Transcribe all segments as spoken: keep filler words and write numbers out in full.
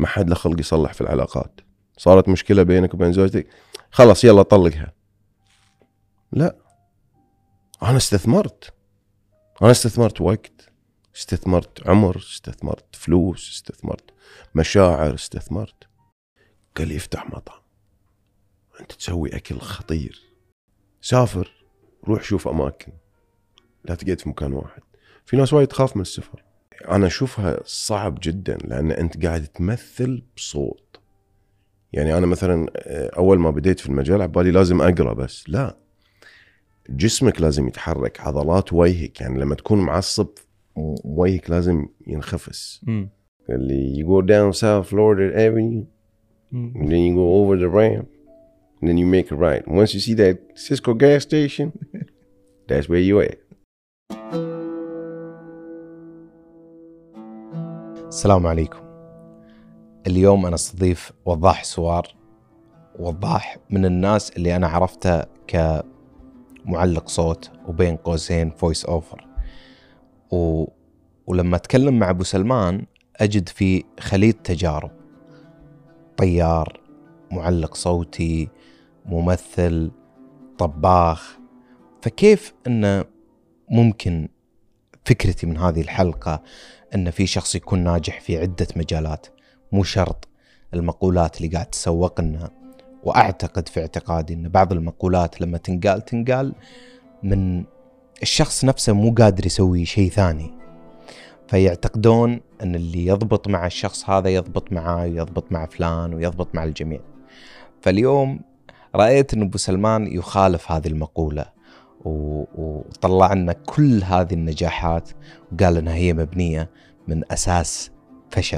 ما حد له خلق يصلح في العلاقات. صارت مشكلة بينك وبين زوجتك، خلاص يلا طلقها. لا، أنا استثمرت أنا استثمرت وقت، استثمرت عمر، استثمرت فلوس، استثمرت مشاعر، استثمرت. قال لي افتح مطعم، أنت تسوي أكل خطير، سافر، روح شوف أماكن، لا تقعد في مكان واحد. في ناس وايد تخاف من السفر. أنا أشوفها صعب جدا، لأن أنت قاعد تمثل بصوت. يعني أنا مثلا أول ما بديت في المجال عبالي لازم أقرأ بس، لا، جسمك لازم يتحرك، عضلات وجهك، يعني لما تكون معصب وجهك لازم ينخفس. م. اللي you go down South Florida Avenue م. and then you go over the ramp and then you make a right. Once you see that Cisco gas station, that's where you at. السلام عليكم. اليوم أنا استضيف وضاح سوار. وضاح من الناس اللي أنا عرفته كمعلق صوت وبين قوسين فويس أوفر، و... ولما أتكلم مع أبو سلمان أجد في خليط تجارب، طيار، معلق صوتي، ممثل، طباخ. فكيف أنه ممكن فكرتي من هذه الحلقة أن في شخص يكون ناجح في عدة مجالات، مو شرط المقولات اللي قاعد تسوق لنا. وأعتقد في اعتقادي أن بعض المقولات لما تنقال تنقال من الشخص نفسه مو قادر يسوي شيء ثاني، فيعتقدون أن اللي يضبط مع الشخص هذا يضبط معاه، يضبط مع فلان، ويضبط مع الجميع. فاليوم رأيت أن أبو سلمان يخالف هذه المقولة، وطلع لنا كل هذه النجاحات وقال لنا هي مبنية من أساس فشل.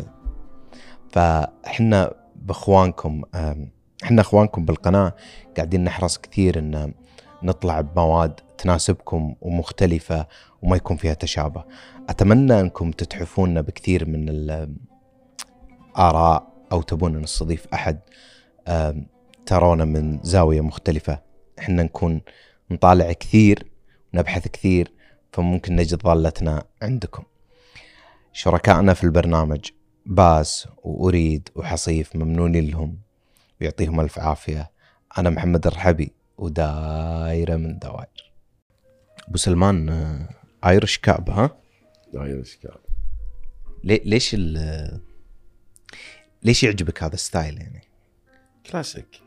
فإحنا بإخوانكم، إحنا إخوانكم بالقناة قاعدين نحرص كثير إن نطلع بمواد تناسبكم ومختلفة وما يكون فيها تشابه. أتمنى أنكم تتحفونا بكثير من الآراء، أو تبون نستضيف أحد ترونا من زاوية مختلفة. إحنا نكون نطالع كثير ونبحث كثير، فممكن نجد ضالتنا عندكم. شركائنا في البرنامج باز وأريد وحصيف ممنونين لهم ويعطيهم ألف عافية. أنا محمد الرحبي، ودايرة من دوائر. أبو سلمان، آيرش كعب، ها؟ آيرش كعب. لي ليش ال ليش يعجبك هذا الستايل؟ يعني كلاسيك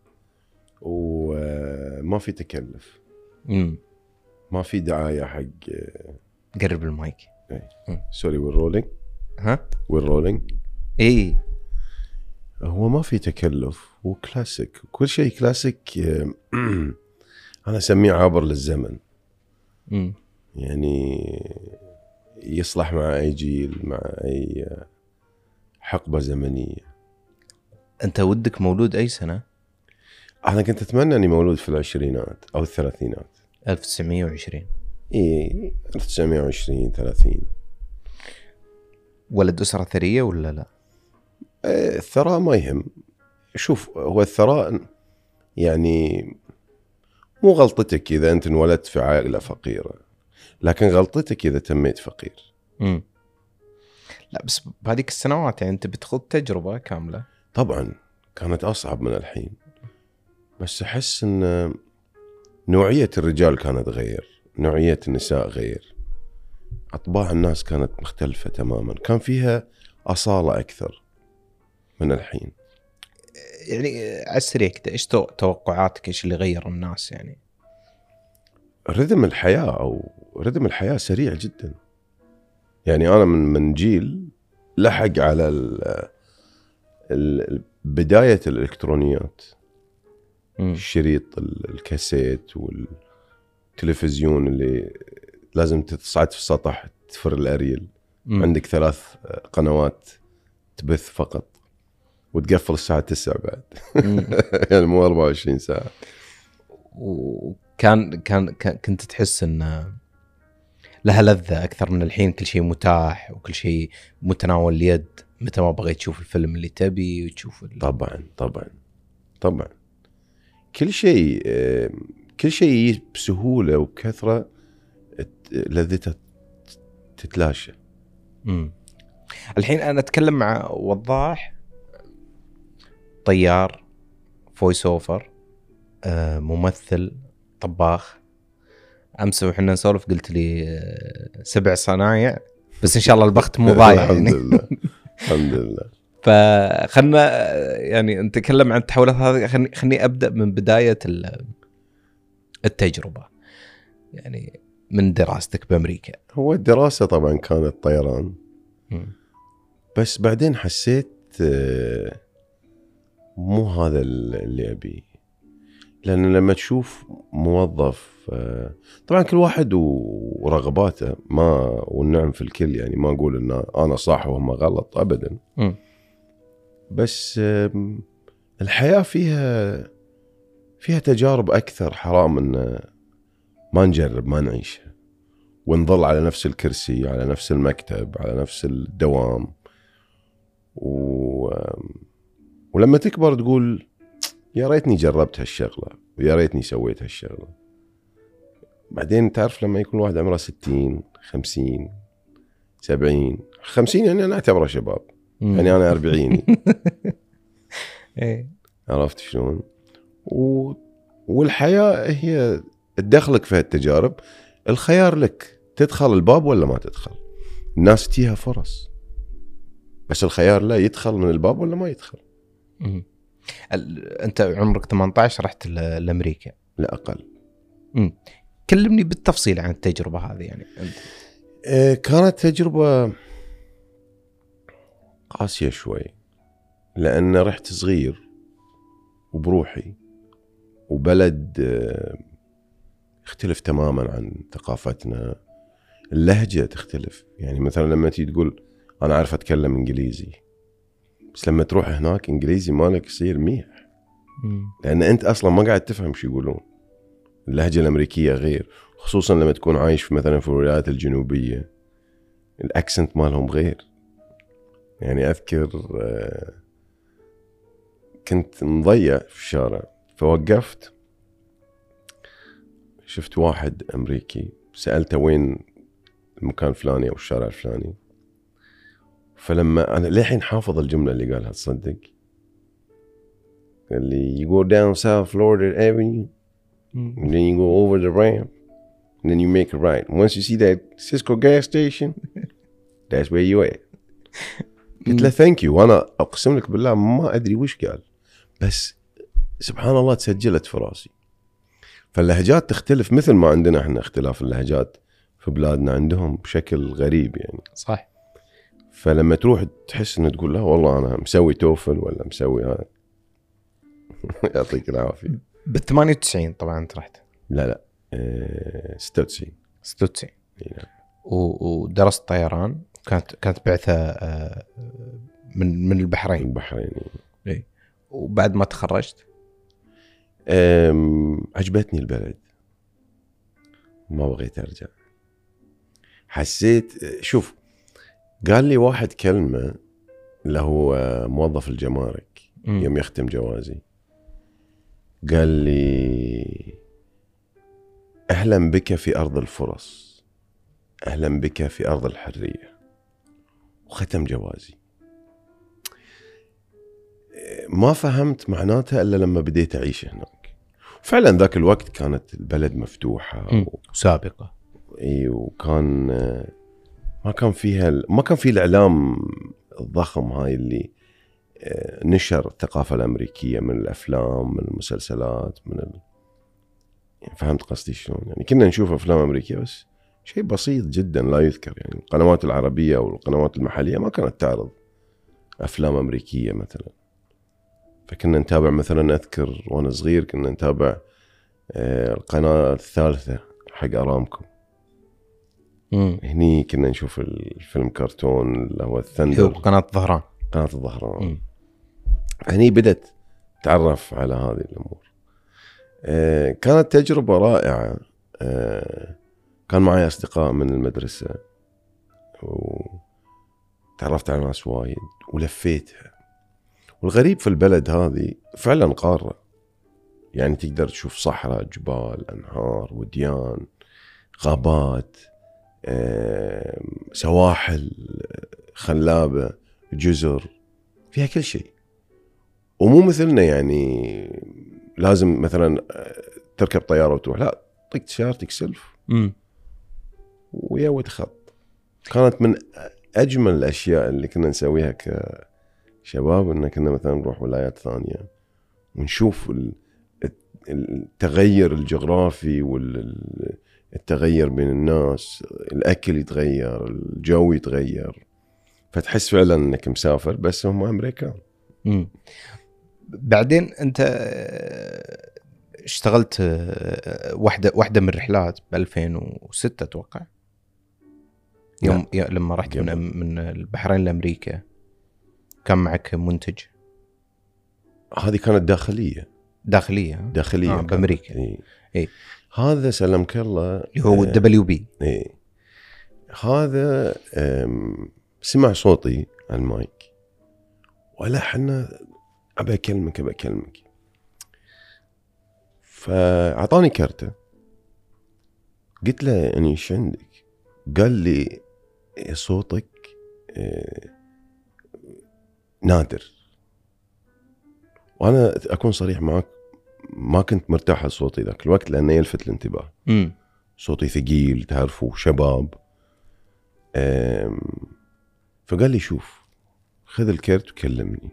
وما في تكلف. امم ما في دعاية حق. قرب المايك. سوري، وير رولينج. ها وير رولينج. اي هو ما في تكلف، وكلاسيك، كل شيء كلاسيك. أنا أسميه عابر للزمن. امم يعني يصلح مع أي جيل، مع أي حقبة زمنية. أنت ودك مولود أي سنة؟ أنا كنت أتمنى أني مولود في العشرينات أو الثلاثينات. ألف وتسعمية وعشرين. إيه، ألف وتسعمية وعشرين ثلاثين. ولد أسرة ثرية ولا لا؟ إيه، الثراء ما يهم. شوف، هو الثراء يعني مو غلطتك إذا أنت انولدت في عائلة فقيرة، لكن غلطتك إذا تميت فقير. امم لا، بس بهذيك السنوات يعني أنت بتخوض تجربة كاملة. طبعا كانت أصعب من الحين، بس أحس أن نوعية الرجال كانت غير، نوعية النساء غير، أطباع الناس كانت مختلفة تماما، كان فيها أصالة أكثر من الحين. يعني على السريع كده، إيش توقعاتك؟ إيش اللي غير الناس؟ يعني رذم الحياة، أو رذم الحياة سريع جدا. يعني أنا من من جيل لحق على ال ال بداية الإلكترونيات، م. الشريط الكاسيت والتلفزيون اللي لازم تصعد في السطح تفر الأريل. م. عندك ثلاث قنوات تبث فقط، وتقفل الساعة تسعة بعد. يعني مو أربعة وعشرين ساعة. وكان كان كنت تحس إن لها لذة أكثر من الحين، كل شيء متاح وكل شيء متناول اليد، متى ما بغيت تشوف الفيلم اللي تبي وتشوف ال... طبعا طبعا طبعا كل شيء كل شيء بسهولة وبكثرة، لذته تتلاشى. امم الحين أنا أتكلم مع وضاح طيار، فويس اوفر، آه، ممثل، طباخ. امس وحنا نسولف قلت لي آه، سبع صنايع، بس ان شاء الله البخت مو ضايع الحمد يعني. لله الحمد لله. فخلنا يعني نتكلم عن التحولات هذه. خلني خلني ابدا من بدايه التجربه، يعني من دراستك بامريكا. هو الدراسة طبعا كانت طيران، م. بس بعدين حسيت آه، مو هذا اللي أبيه. لأن لما تشوف موظف آه، طبعا كل واحد ورغباته، ما والنعم في الكل، يعني ما أقول إن أنا صح وهم غلط أبدا. م. بس آه، الحياة فيها فيها تجارب أكثر. حرام إن ما نجرب ما نعيشها ونظل على نفس الكرسي، على نفس المكتب، على نفس الدوام. و... ولما تكبر تقول يا ريتني جربت هالشغلة ويا ريتني سويت هالشغلة. بعدين تعرف لما يكون واحد عمره ستين خمسين سبعين خمسين، يعني أنا أعتبره شباب، يعني أنا أربعيني. عرفت شلون؟ و... والحياة هي تدخلك في هالتجارب. الخيار لك تدخل الباب ولا ما تدخل. الناس تيها فرص، بس الخيار لا، يدخل من الباب ولا ما يدخل. م. أنت عمرك ثمانية عشر رحت لأمريكا؟ لا أقل. م. كلمني بالتفصيل عن التجربة هذه. يعني أنت. آه كانت تجربة قاسية شوي، لأن رحت صغير وبروحي، وبلد آه يختلف تماما عن ثقافتنا. اللهجة تختلف، يعني مثلا لما تيجي تقول أنا أعرف أتكلم إنجليزي، بس لما تروح هناك إنجليزي مالك يصير ميح، لأن أنت أصلا ما قاعد تفهم شو يقولون. اللهجة الأمريكية غير، خصوصا لما تكون عايش مثلا في الولايات الجنوبية، الأكسنت مالهم غير. يعني أذكر كنت مضيع في الشارع، فوقفت شفت واحد أمريكي، سألته وين المكان الفلاني أو الشارع الفلاني. فلما أنا للحين حافظ الجملة اللي قالها، تصدق؟ قال لي you go down South Florida Avenue and then you go over the ramp and then you make a right. Once you see that Cisco gas station that's where you at. قلت له thank you. وأنا أقسم لك بالله ما أدري وش قال، بس سبحان الله تسجلت في راسي. فاللهجات تختلف، مثل ما عندنا احنا اختلاف اللهجات في بلادنا، عندهم بشكل غريب يعني. صح. فلما تروح تحس انه تقول لا والله انا مسوي توفل ولا مسوي هذا. يعطيك العافيه. بالثمانية وتسعين طبعا انت رحت؟ لا لا أه ستة وتسعين. ستة وتسعين. نعم. ودرست طيران. كانت كانت بعثه من من البحرين. من البحرين. اي. وبعد ما تخرجت عجبتني البلد، ما بغيت ارجع. حسيت، شوف، قال لي واحد كلمة اللي هو موظف الجمارك م. يوم يختم جوازي، قال لي أهلا بك في أرض الفرص، أهلا بك في أرض الحرية، وختم جوازي. ما فهمت معناتها إلا لما بديت أعيش هناك. فعلا ذاك الوقت كانت البلد مفتوحة وسابقة. اي، وكان ما كان فيها ما كان في الإعلام الضخم هاي اللي نشر الثقافة الأمريكية من الأفلام، من المسلسلات، من ال... يعني فهمت قصدي شلون؟ يعني كنا نشوف أفلام أمريكية بس شيء بسيط جدا لا يذكر. يعني القنوات العربية والقنوات المحلية ما كانت تعرض أفلام أمريكية مثلا. فكنا نتابع مثلا، أذكر وأنا صغير كنا نتابع القناة الثالثة حق أرامكو. مم. هني كنا نشوف الفيلم كرتون اللي هو الثندر، قناة الظهران. قناة الظهران. هني بدأت تعرف على هذه الأمور. آه كانت تجربة رائعة. آه كان معي أصدقاء من المدرسة وتعرفت على ناس وايد ولفيتها. والغريب في البلد هذه فعلا قارة، يعني تقدر تشوف صحراء، جبال، أنهار، وديان، غابات، آه سواحل خلابة، جزر، فيها كل شيء. ومو مثلنا يعني لازم مثلا تركب طياره وتروح، لا طق تشارتك سلف امم ويا وتخط. كانت من اجمل الاشياء اللي كنا نسويها كشباب، ان كنا مثلا نروح ولايات ثانيه ونشوف التغير الجغرافي والتغير بين الناس، الاكل يتغير، الجو يتغير، فتحس فعلا انك مسافر بس هم امريكان. امم بعدين انت اشتغلت واحده واحده من الرحلات ب ألفين وستة اتوقع، يوم لا. لما رحت جميل. من من البحرين لامريكا، كان معك منتج. هذه كانت داخليه داخليه داخليه آه بامريكا. إيه. اي هذا سلمك الله اللي هو الدبليو بي. إيه. هذا سمع صوتي على المايك ولا حنا ابى اكلمك ابى اكلمك، فاعطاني كرته، قلت له يعني ايش عندك؟ قال لي صوتك نادر. وانا اكون صريح معك، ما كنت مرتاح لصوتي ذاك الوقت لانه يلفت الانتباه. امم صوتي ثقيل تعرفوا شباب. فقال لي شوف خذ الكرت وكلمني.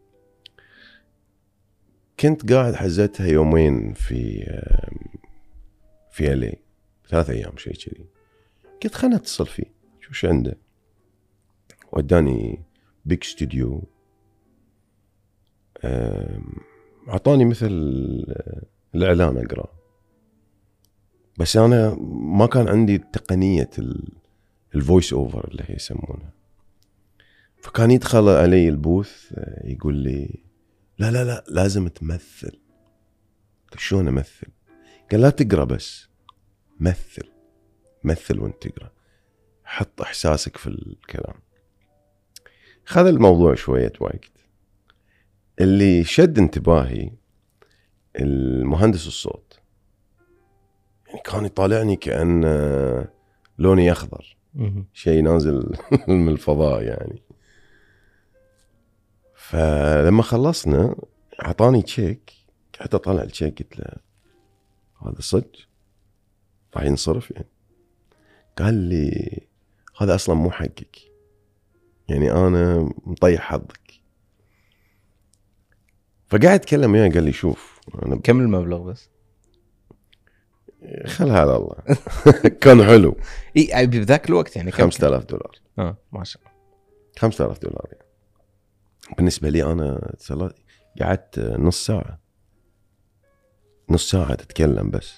كنت قاعد حزتها يومين في في الي، ثلاث ايام شيء كذي. قلت خلنا اتصل فيه شوش عنده. وداني بيك ستوديو، اعطاني مثل الاعلان اقرا، بس انا ما كان عندي تقنيه الفويس اوفر اللي هي يسمونها. فكان يدخل علي البوث يقول لي لا لا لا لازم تمثل. شلون امثل؟ قال لا تقرا بس مثل، مثل وانت تقرا، حط احساسك في الكلام. خذ الموضوع شويه وقت. اللي شد انتباهي المهندس الصوت، يعني كان يطالعني كأن لوني أخضر، شيء نازل من الفضاء يعني. فلما خلصنا عطاني تشيك، حتى طلع التشيك قلت له هذا صدق راح ينصرف يعني؟ قال لي هذا أصلا مو حقك، يعني أنا مطيح حظك. فقاعد أتكلم وياه قال لي شوف أنا كم المبلغ بس؟ خل هذا الله كان حلو. اي بذاك الوقت يعني خمسة آلاف دولار. اه ما شاء الله خمسة آلاف دولار يعني. بالنسبة لي أنا قعدت نص ساعة نص ساعة تتكلم بس.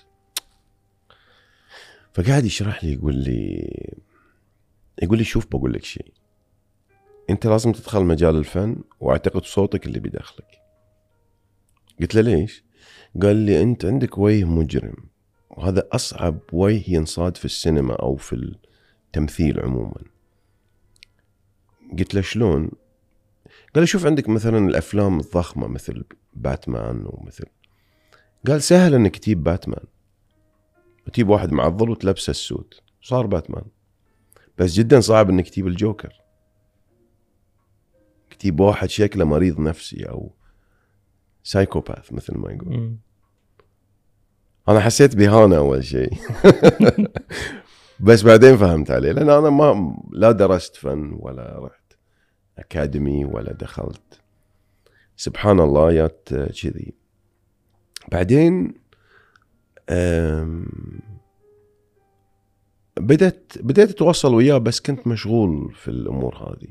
فقاعد يشرح لي يقول لي يقول لي شوف بقول لك شيء، أنت لازم تدخل مجال الفن وأعتقد صوتك اللي بيدخلك. قلت له ليش؟ قال لي أنت عندك وجه مجرم، وهذا أصعب وجه ينصاد في السينما أو في التمثيل عموما. قلت له شلون؟ قال لي شوف عندك مثلا الأفلام الضخمة مثل باتمان ومثل، قال سهل أنك تجيب باتمان، تجيب واحد معضل وتلبسه السوت صار باتمان، بس جدا صعب أنك تجيب الجوكر، تجيب واحد شكله مريض نفسي أو سايكوباث مثل ما يقول. أنا حسيت بهانة أول شيء بس بعدين فهمت عليه، لأن أنا ما لا درست فن ولا رحت أكاديمي ولا دخلت، سبحان الله يات كذي. بعدين بدأت بدأت أتواصل وياه، بس كنت مشغول في الأمور هذه.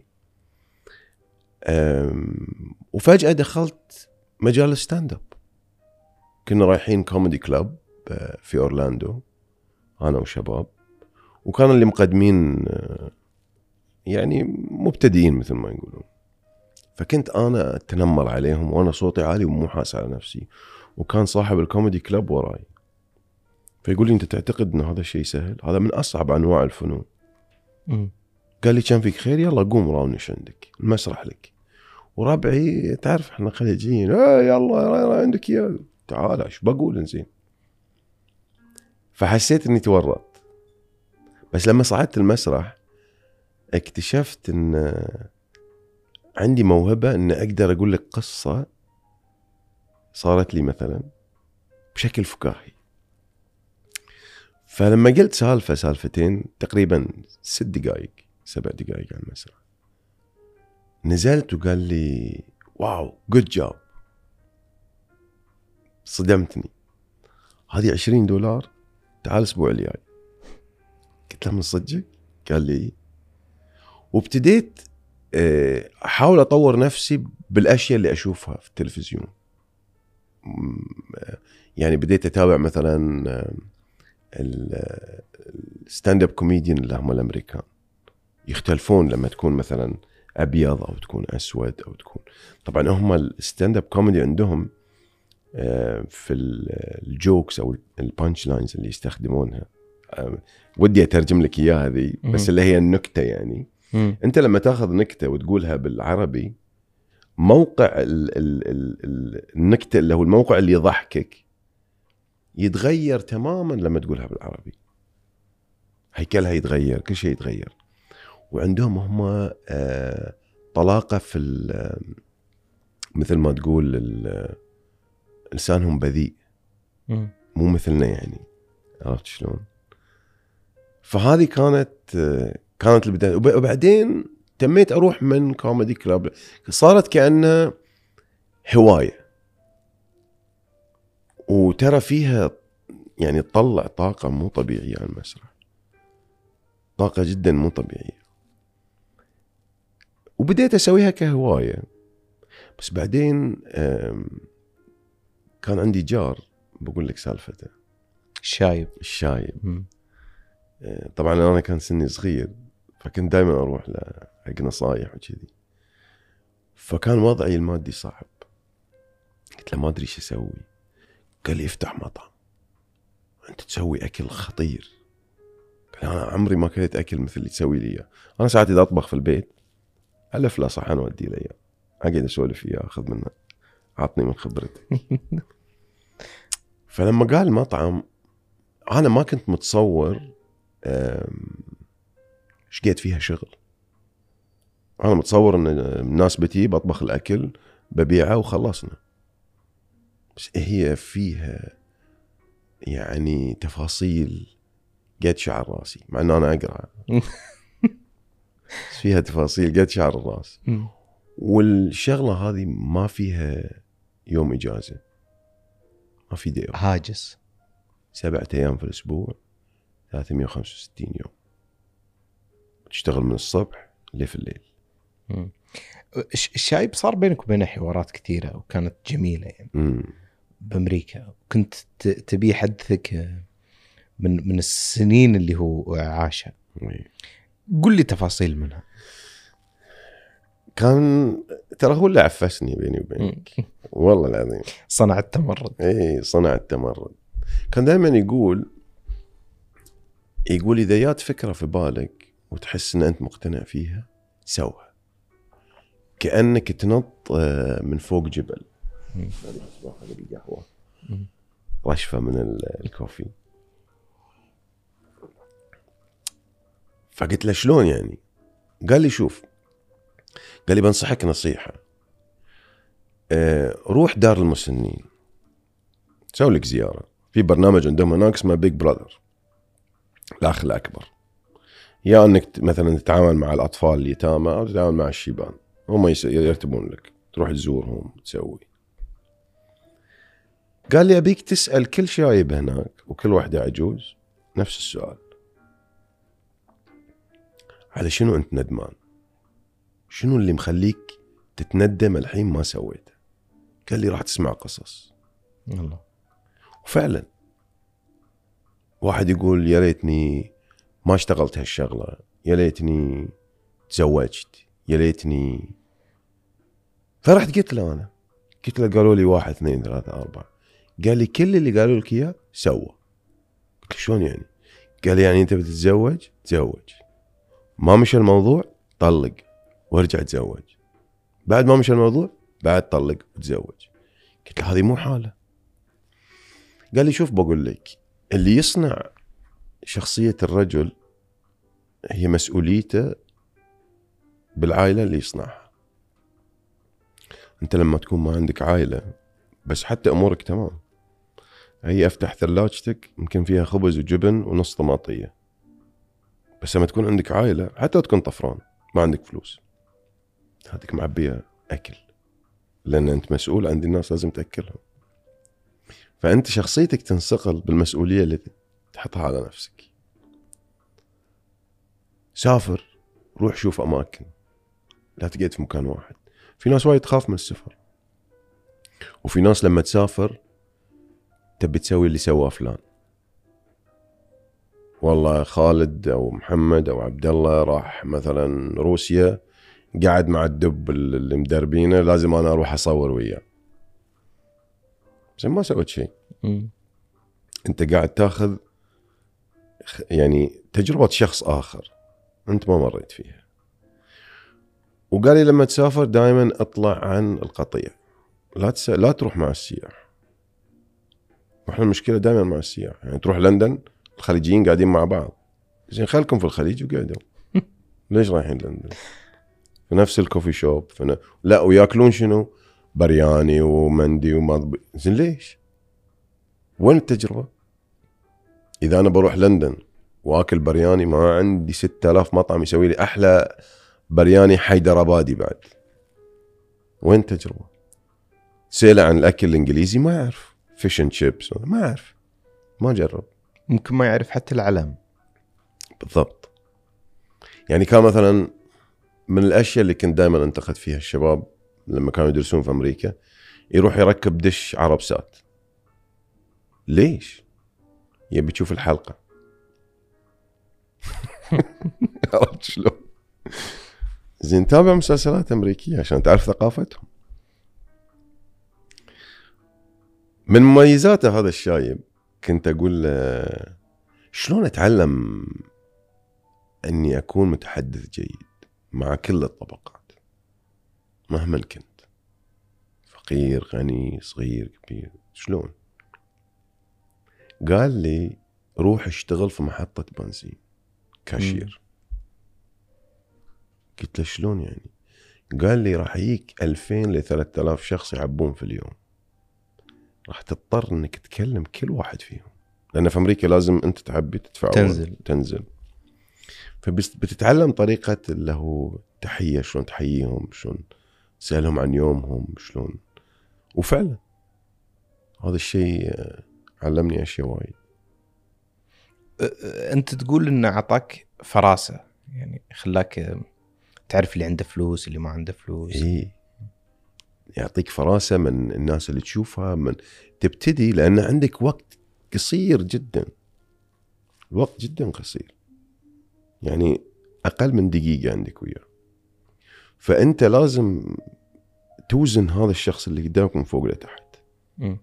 وفجأة دخلت مجال الستاند اب. كنا رايحين كوميدي كلاب في أورلاندو أنا وشباب، وكان اللي مقدمين يعني مبتدئين مثل ما يقولون. فكنت أنا أتنمر عليهم وأنا صوتي عالي ومو حاس على نفسي، وكان صاحب الكوميدي كلاب وراي. فيقول لي أنت تعتقد أن هذا الشيء سهل؟ هذا من أصعب أنواع الفنون. م. قال لي كان فيك خير، يلا قوم راونش عندك المسرح لك. وربعي تعرف احنا خليجيين، اه يلا عندك يا تعال ايش بقول انزين. فحسيت اني تورط. بس لما صعدت المسرح اكتشفت ان عندي موهبة ان اقدر اقول لك قصة صارت لي مثلا بشكل فكاهي. فلما قلت سالفة سالفتين تقريبا ست دقائق سبع دقائق على المسرح، نزلت وقال لي واو جود جوب. صدمتني، هذه عشرين دولار، تعال الأسبوع الجاي. قلت له من صدقك؟ قال لي. وابتديت أحاول أطور نفسي بالأشياء اللي أشوفها في التلفزيون. يعني بديت أتابع مثلا الستاند اب كوميديان اللي هم الأمريكان، يختلفون لما تكون مثلا أبيض أو تكون أسود أو تكون، طبعا هم الستاند اب كوميدي عندهم في الجوكس أو البانش لاينز اللي يستخدمونها، ودي أترجم لك إياها هذه بس اللي هي النكتة. يعني م. أنت لما تأخذ نكتة وتقولها بالعربي، موقع ال ال ال النكتة اللي هو الموقع اللي يضحكك يتغير تماما لما تقولها بالعربي، هيكلها يتغير، كل شيء يتغير. وعندهم هم آه طلاقة في مثل ما تقول لسانهم بذيء، م. مو مثلنا يعني، عرفت شلون؟ فهذه كانت آه كانت البداية. وبعدين تميت أروح من كوميدي كلاب، صارت كأنها هواية، وترى فيها يعني تطلع طاقة مو طبيعية على المسرح، طاقة جدا مو طبيعية. وبديت أسويها كهواية. بس بعدين كان عندي جار، بقول لك سالفته، الشايب الشايب م. طبعا أنا كان سني صغير، فكنت دائما أروح له حق نصايح وكذي. فكان وضعي المادي صعب، قلت له ما أدري شو أسوي. قال لي افتح مطعم، أنت تسوي أكل خطير. قال أنا عمري ما كلت أكل مثل اللي تسوي لي. أنا ساعات إذا أطبخ في البيت ألف لا صحن وأدي لي، أقعد أسولف فيه، أخذ منه، عطني من خبرتك. فلما قال مطعم، أنا ما كنت متصور شقيت فيها شغل. أنا متصور أن الناس بتي بطبخ الأكل ببيعه وخلصنا، بس هي فيها يعني تفاصيل قد شعر راسي، مع أنه أنا أقرأ فيها تفاصيل قد شعر الراس. والشغلة هذه ما فيها يوم إجازة، ما في ديو هاجس، سبعة أيام في الأسبوع، ثلاثمية وخمسة وستين يوم تشتغل من الصبح لفي الليل. مم. الشايب صار بينك وبينه حوارات كثيرة وكانت جميلة يعني مم. بأمريكا، كنت تبي حدثك من من السنين اللي هو عاشها. مم. قل لي تفاصيل منها. كان ترى هو اللي عفسني بيني وبينك والله العظيم، صنع التمرد. اي صنع التمرد. كان دائما يقول يقول إذا جات فكرة في بالك وتحس ان انت مقتنع فيها سوها، كأنك تنط من فوق جبل. هذه الصباح هذه القهوة رشفة من الكوفي. فقلت له شلون يعني؟ قال لي شوف، قال لي بنصحك نصيحة، اه روح دار المسنين، سوي لك زيارة في برنامج عندهم هناك اسمه بيج براذر، الأخ الأكبر. يا أنك مثلا تتعامل مع الأطفال اليتامى أو تتعامل مع الشيبان، هم يرتبون لك، تروح تزورهم تسوي. قال لي أبيك تسأل كل شايب هناك وكل واحدة عجوز نفس السؤال، على شنو أنت ندمان؟ شنو اللي مخليك تتندم الحين ما سويته؟ قال لي راح تسمع قصص. الله. وفعلا واحد يقول يا ليتني ما اشتغلت هالشغلة، يا ليتني تزوجت، يا ليتني. فرحت قلت له أنا قلت له قالوا لي واحد اثنين ثلاثة أربعة. قال لي كل اللي قالوا لك إياه سوى. قلت له شلون يعني؟ قال لي يعني أنت بتتزوج تزوج، ما مشى الموضوع طلق وارجع تزوج، بعد ما مشى الموضوع بعد طلق وتزوج. قلت له هذه مو حالة. قال لي شوف بقول لك، اللي يصنع شخصية الرجل هي مسؤوليته بالعائلة اللي يصنعها. أنت لما تكون ما عندك عائلة بس حتى امورك تمام. هي افتح ثلاجتك يمكن فيها خبز وجبن ونص طماطيه، بس لما تكون عندك عائله حتى تكون طفران ما عندك فلوس هذيك معبيه اكل، لان انت مسؤول عند الناس لازم تاكلهم. فانت شخصيتك تنصقل بالمسؤوليه اللي تحطها على نفسك. سافر، روح شوف اماكن، لا تقعد في مكان واحد. في ناس وايد تخاف من السفر، وفي ناس لما تسافر تبي تسوي اللي سواه فلان. والله خالد او محمد او عبد الله راح مثلا روسيا، قاعد مع الدب اللي مدربينه، لازم انا اروح اصور وياه. زين ما سويت شيء. انت قاعد تاخذ يعني تجربة شخص اخر انت ما مريت فيها. وقال لي لما تسافر دائما اطلع عن القطيع، لا تس... لا تروح مع السياح. واحنا المشكله دائما مع السياح، يعني تروح لندن الخليجيين قاعدين مع بعض، زين خلكم في الخليج وقعدوا. ليش رايحين لندن؟ في نفس الكوفي شوب في ن... لا وياكلون شنو؟ برياني ومندي وما. زين ليش؟ وين التجربه؟ اذا انا بروح لندن واكل برياني، ما عندي ستة آلاف مطعم يسوي لي احلى برياني حيدرابادي بعد. وين التجربه؟ سأله عن الاكل الانجليزي ما يعرف، فيش اند شيبس ما يعرف، ما جرب، ممكن ما يعرف حتى العلم. بالضبط. يعني كان مثلا من الاشياء اللي كنت دائما انتقد فيها الشباب لما كانوا يدرسون في امريكا، يروح يركب دش عرب سات. ليش؟ يبي تشوف الحلقه. عرفت شلون؟ زين تابع مسلسلات امريكيه عشان تعرف ثقافتهم. من مميزاته هذا الشايب كنت اقول له شلون اتعلم اني اكون متحدث جيد مع كل الطبقات مهما كنت، فقير غني صغير كبير، شلون؟ قال لي روح اشتغل في محطة بنزين كاشير. قلت له شلون يعني؟ قال لي راح يجيك ألفين لثلاثة آلاف شخص يعبون في اليوم، راح تضطر انك تكلم كل واحد فيهم، لان في امريكا لازم انت تعبي تدفع تنزل تنزل فبتتعلم طريقة اللي هو تحية، شلون تحييهم، شلون تسألهم عن يومهم، شلون. وفعلا هذا الشيء علمني اشياء وايد. انت تقول انه اعطاك فراسة، يعني خلاك تعرف اللي عنده فلوس اللي ما عنده فلوس. ايه يعطيك فراسة من الناس اللي تشوفها، من تبتدي، لان عندك وقت قصير جدا، الوقت جدا قصير، يعني اقل من دقيقة عندك وياه. فانت لازم توزن هذا الشخص اللي قدامك من فوق لتحت. م.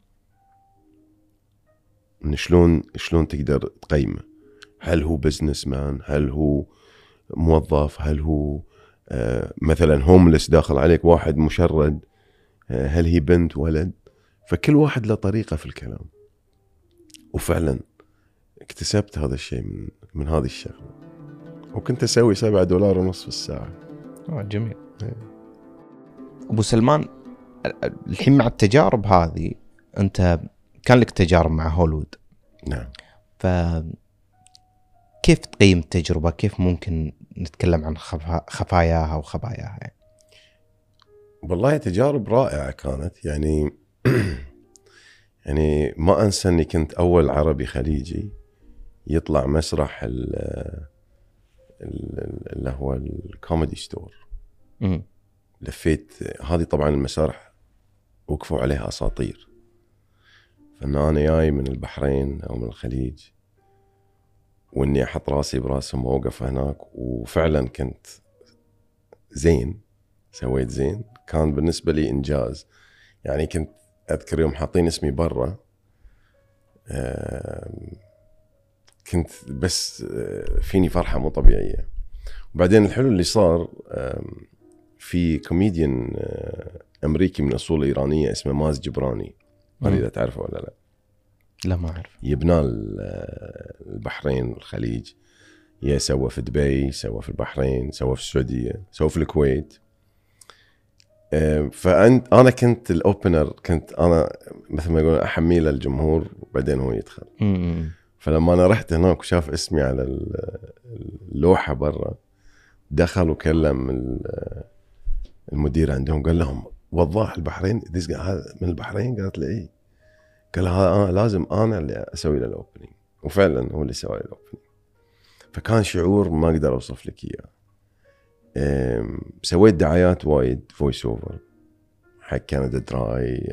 إن شلون شلون تقدر تقيمه؟ هل هو بزنس مان؟ هل هو موظف؟ هل هو آه مثلا هوملس داخل عليك، واحد مشرد؟ آه هل هي بنت ولد؟ فكل واحد له طريقة في الكلام. وفعلا اكتسبت هذا الشيء من من هذه الشغلة، وكنت أسوي سبعة دولار ونص في الساعة. آه جميل. أبو سلمان، الحين مع التجارب هذه أنت كان لك تجارب مع هوليوود. نعم. فكيف تقيم التجربة؟ كيف ممكن نتكلم عن خفا... خفاياها وخباياها يعني؟ والله تجارب رائعة كانت، يعني يعني ما أنسى أني كنت أول عربي خليجي يطلع مسرح اللي هو الكوميدي ستور. م. لفيت هذه طبعا المسارح وقفوا عليها أساطير، فأنا جاي من البحرين أو من الخليج، وإني أحط راسي براسهم وأوقف هناك، وفعلا كنت زين، سويت زين، كان بالنسبة لي إنجاز. يعني كنت أذكر يوم حاطين اسمي برا، كنت بس فيني فرحة مو طبيعية. وبعدين الحلو اللي صار، في كوميديان أمريكي من أصول إيرانية اسمه ماز جبراني، ما أدري إذا تعرفه ولا لا. لا ما أعرف. يبنى البحرين الخليج، يا سوى في دبي، سوى في البحرين، سوى في السعودية، سوى في الكويت. فأنت أنا كنت الأوبنر، كنت أنا مثل ما يقولون أحميه للجمهور وبعدين هو يدخل. مم. فلما أنا رحت هناك وشاف اسمي على اللوحة برا، دخل وكلم المدير عندهم، قال لهم وضاح البحرين هذا من البحرين؟ قالت له إيه. قال ها أنا لازم أنا اللي أسوي له الأوبنينج، وفعلا هو اللي سوى لي الأوبنينج. فكان شعور ما أقدر أوصف لك إياه. سويت دعايات وايد فويس اوفر حق كندا دراي،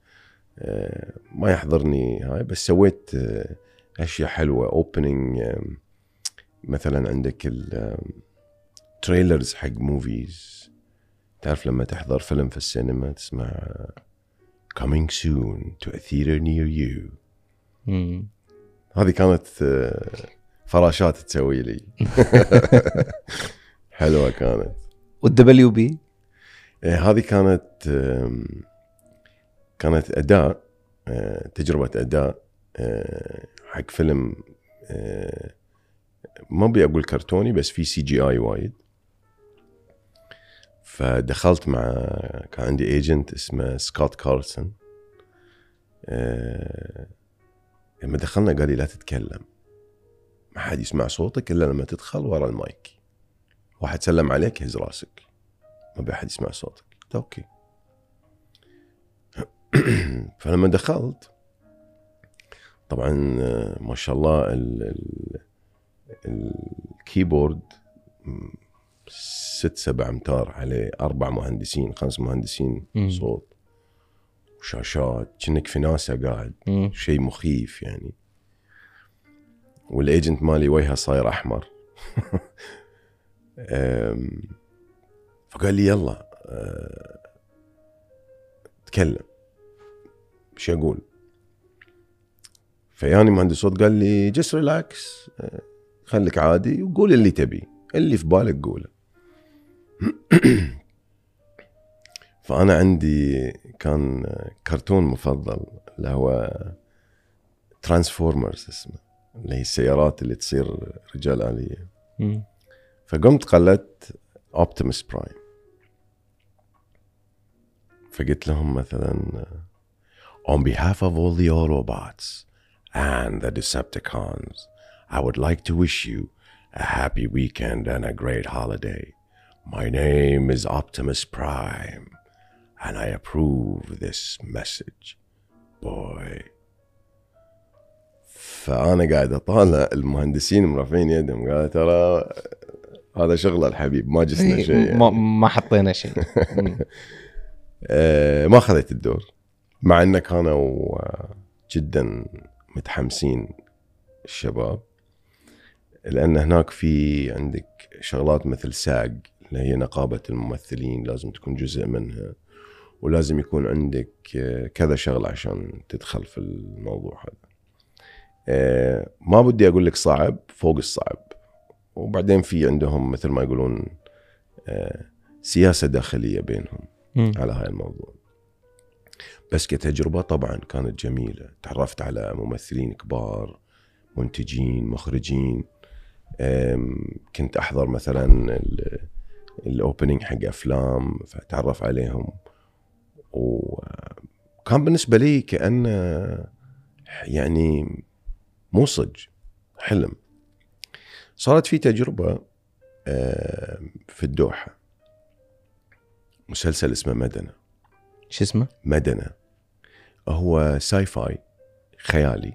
ما يحضرني هاي، بس سويت اشياء حلوه. اوبننج مثلا عندك التريلرز حق موفيز، تعرف لما تحضر فيلم في السينما تسمع coming soon to a theater near you. مم. هذه كانت فراشات تسوي لي. حلوة كانت. والدبليو بي هذه كانت كانت أداء، تجربة أداء حق فيلم ما أبي أقول كرتوني بس في سي جي آي وايد. فدخلت مع كان عندي ايجنت اسمه سكوت كارلسون. لما دخلنا قال لي لا تتكلم، ما حد يسمع صوتك إلا لما تدخل ورا المايك، واحد سلم عليك هز راسك، ما بيحد يسمع صوتك. اوكي. فلما دخلت طبعا ما شاء الله ال ال الكيبورد ست سبع امتار عليه، اربع مهندسين خمس مهندسين مم. صوت وشاشات، كأنك في ناسا قاعد، شيء مخيف يعني. والايجنت مالي وجهه صاير احمر. فقال لي يلا تكلم، شو اقول؟ فياني مهندس صوت قال لي جس ريلاكس، خليك عادي وقول اللي تبي، اللي في بالك قوله. فانا عندي كان كرتون مفضل اللي هو ترانسفورمرز اسمه، اللي هي السيارات اللي تصير رجال آلية. فقمت قلدت اوبتيموس برايم. فقلت لهم مثلا on behalf of all the Autobots and the Decepticons, I would like to wish you a happy weekend and a great holiday. My name is Optimus Prime and I approve this message. Boy. فأنا قاعد أطالع المهندسين مرافعين يدهم، قال ترى هذا شغل الحبيب، ما جسنا شيء يعني. ما ما حطينا شيء. ما خذيت الدور، مع أنه كانوا جدا متحمسين الشباب، لأن هناك في عندك شغلات مثل ساق اللي هي نقابة الممثلين لازم تكون جزء منها، ولازم يكون عندك كذا شغلة عشان تدخل في الموضوع هذا. ما بدي أقول لك صعب فوق الصعب. وبعدين في عندهم مثل ما يقولون سياسة داخلية بينهم على هاي الموضوع. بس كتجربة طبعا كانت جميلة، تعرفت على ممثلين كبار، منتجين، مخرجين. كنت أحضر مثلا الأوبنينج حق أفلام فتعرف عليهم، وكان بالنسبة لي كأن يعني موصج حلم. صارت في تجربة في الدوحة، مسلسل اسمه مدنة. شو اسمه؟ مدنة. هو ساي فاي خيالي،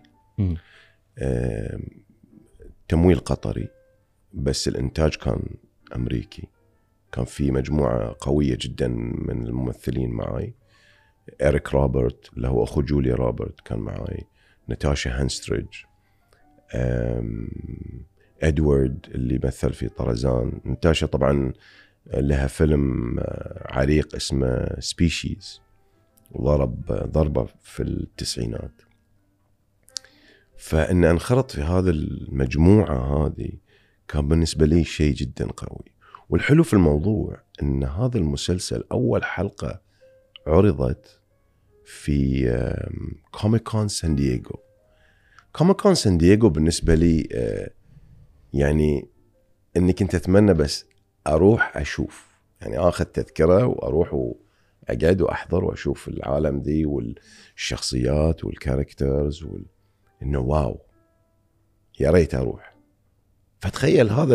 تمويل قطري بس الإنتاج كان أمريكي. كان في مجموعة قوية جدا من الممثلين معي، إريك روبرت اللي هو أخو جوليا روبرت كان معي، ناتاشا هانستريج، إدوارد اللي مثل في طرزان. ناتاشا طبعا لها فيلم عريق اسمه سبيشيز وضرب ضربة في التسعينات. فإن أنخرط في هذا المجموعة هذه كان بالنسبة لي شيء جدا قوي. والحلو في الموضوع إن هذا المسلسل أول حلقة عرضت في كوميك كون سان دييغو. كوميك كون سان دييغو بالنسبة لي يعني إني كنت أتمنى بس أروح أشوف، يعني أخذ تذكرة وأروح اقعد واحضر واشوف العالم ذي والشخصيات والكاركترز وال... انه واو يا ريت اروح. فتخيل هذا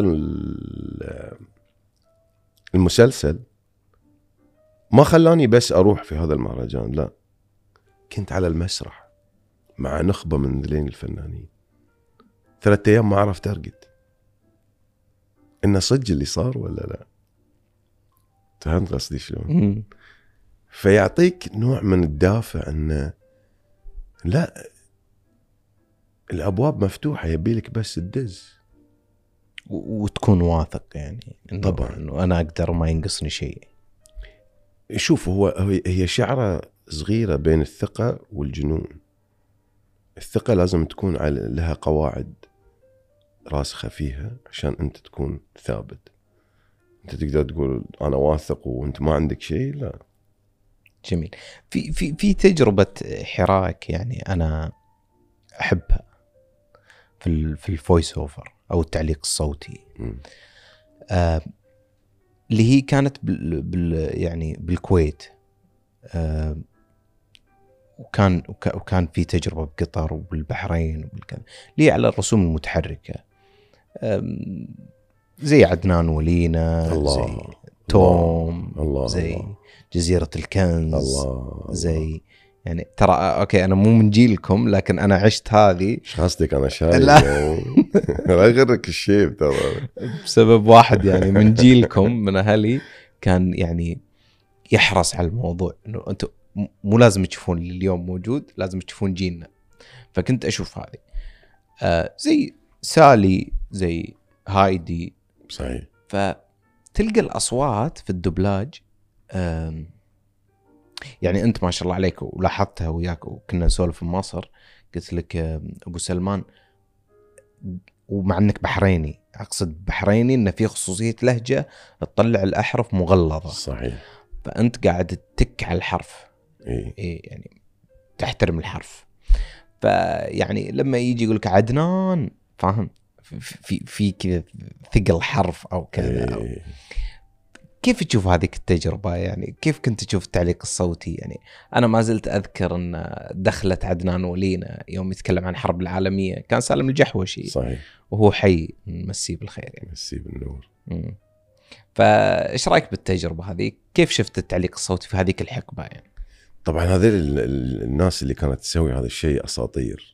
المسلسل ما خلاني بس اروح في هذا المهرجان، لا كنت على المسرح مع نخبة من ذلين الفنانين ثلاثة ايام ما عرفت ارقد. انه صدق اللي صار ولا لا؟ فهمت قصدي شلون؟ فيعطيك نوع من الدافع انه لا الابواب مفتوحه، يبيلك بس تدز وتكون واثق يعني إنه طبعا انه انا اقدر ما ينقصني شيء. شوف هو هي شعره صغيره بين الثقه والجنون. الثقه لازم تكون على لها قواعد راسخه فيها عشان انت تكون ثابت. انت تقدر تقول انا واثق وانت ما عندك شيء، لا. جميل. في في في تجربه حراك يعني انا احبها في في الفويس اوفر او التعليق الصوتي، آه اللي هي كانت بال, بال يعني بالكويت، آه وكان وكان في تجربه بقطر وبالبحرين وبالكذا لي على الرسوم المتحركه، آه زي عدنان ولينا، الله زي توم، الله زي الله جزيرة الكنز، الله زي يعني ترى اوكي انا مو من جيلكم لكن انا عشت هذه. ايش قصدك؟ انا شايف لا يعني لا يغرك الشيب ترى بسبب واحد يعني من جيلكم من اهلي كان يعني يحرص على الموضوع انه انتم مو لازم تشوفون اللي اليوم موجود، لازم تشوفون جيلنا. فكنت اشوف هذه آه زي سالي، زي هايدي، صحيح. فتلقى الاصوات في الدبلاج آه يعني انت ما شاء الله عليك ولاحظتها وياك وكنا نسولف في مصر، قلت لك ابو سلمان ومع انك بحريني، اقصد بحريني انه في خصوصيه لهجه تطلع الاحرف مغلظه. صحيح. فانت قاعد تتك على الحرف، اي إيه يعني تحترم الحرف. فيعني لما يجي يقولك عدنان فاهم في في, في كذا ثقل حرف او كذا أو إيه. كيف تشوف هذه التجربة؟ يعني كيف كنت تشوف التعليق الصوتي؟ يعني أنا ما زلت أذكر أن دخلت عدنان ولينا يوم يتكلم عن الحرب العالمية كان سالم الجحوشي، صحيح، وهو حي نمسيه بالخير يعني. مسيه بالنور. مم. فإيش رأيك بالتجربة هذه؟ كيف شفت التعليق الصوتي في هذيك الحقبة يعني؟ طبعا هذه الناس اللي كانت تسوي هذا الشيء أساطير.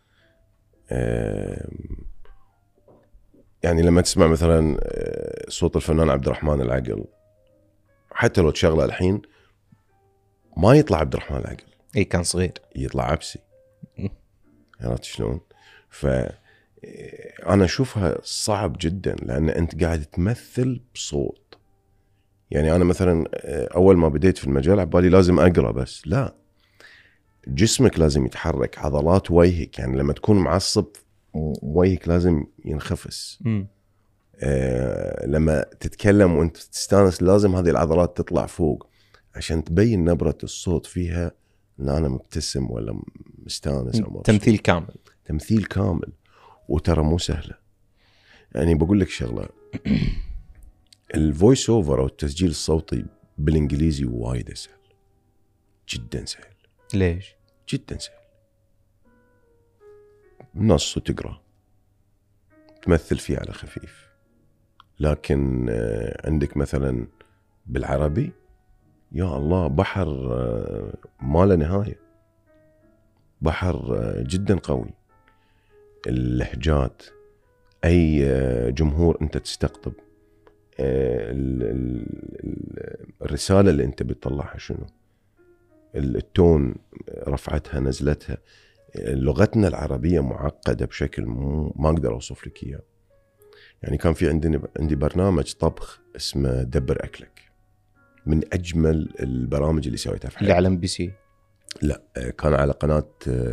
يعني لما تسمع مثلا صوت الفنان عبد الرحمن العقل، حتى لو تشغله الحين ما يطلع عبد الرحمن العقل، اي كان صغير، يطلع عبسي. عرفت شلون؟ فأنا أشوفها صعب جدا، لأن أنت قاعد تمثل بصوت. يعني أنا مثلا أول ما بديت في المجال عبالي لازم أقرأ بس، لا، جسمك لازم يتحرك، عضلات وجهك، يعني لما تكون معصب وجهك لازم ينخفس. آه لما تتكلم وانت تستانس لازم هذه العضلات تطلع فوق عشان تبين نبرة الصوت فيها ان انا مبتسم ولا مستانس او تمثيل كامل. تمثيل كامل. وترى مو سهلة. يعني بقول لك شغلة، الفويس اوفر او التسجيل الصوتي بالانجليزي وايد سهل، جدا سهل. ليش؟ جدا سهل. نص وتقرأ تمثل فيه على خفيف. لكن عندك مثلا بالعربي يا الله بحر ما له نهاية، بحر جدا قوي. اللهجات، أي جمهور أنت تستقطب، الرسالة اللي أنت بتطلعها شنو، التون، رفعتها نزلتها. لغتنا العربية معقدة بشكل مو ما أقدر أوصف لك إياه. يعني كان في عندنا عندي برنامج طبخ اسمه دبر أكلك، من أجمل البرامج اللي سويتها في حياتي. اللي على ام بي سي؟ لا، كان على قناة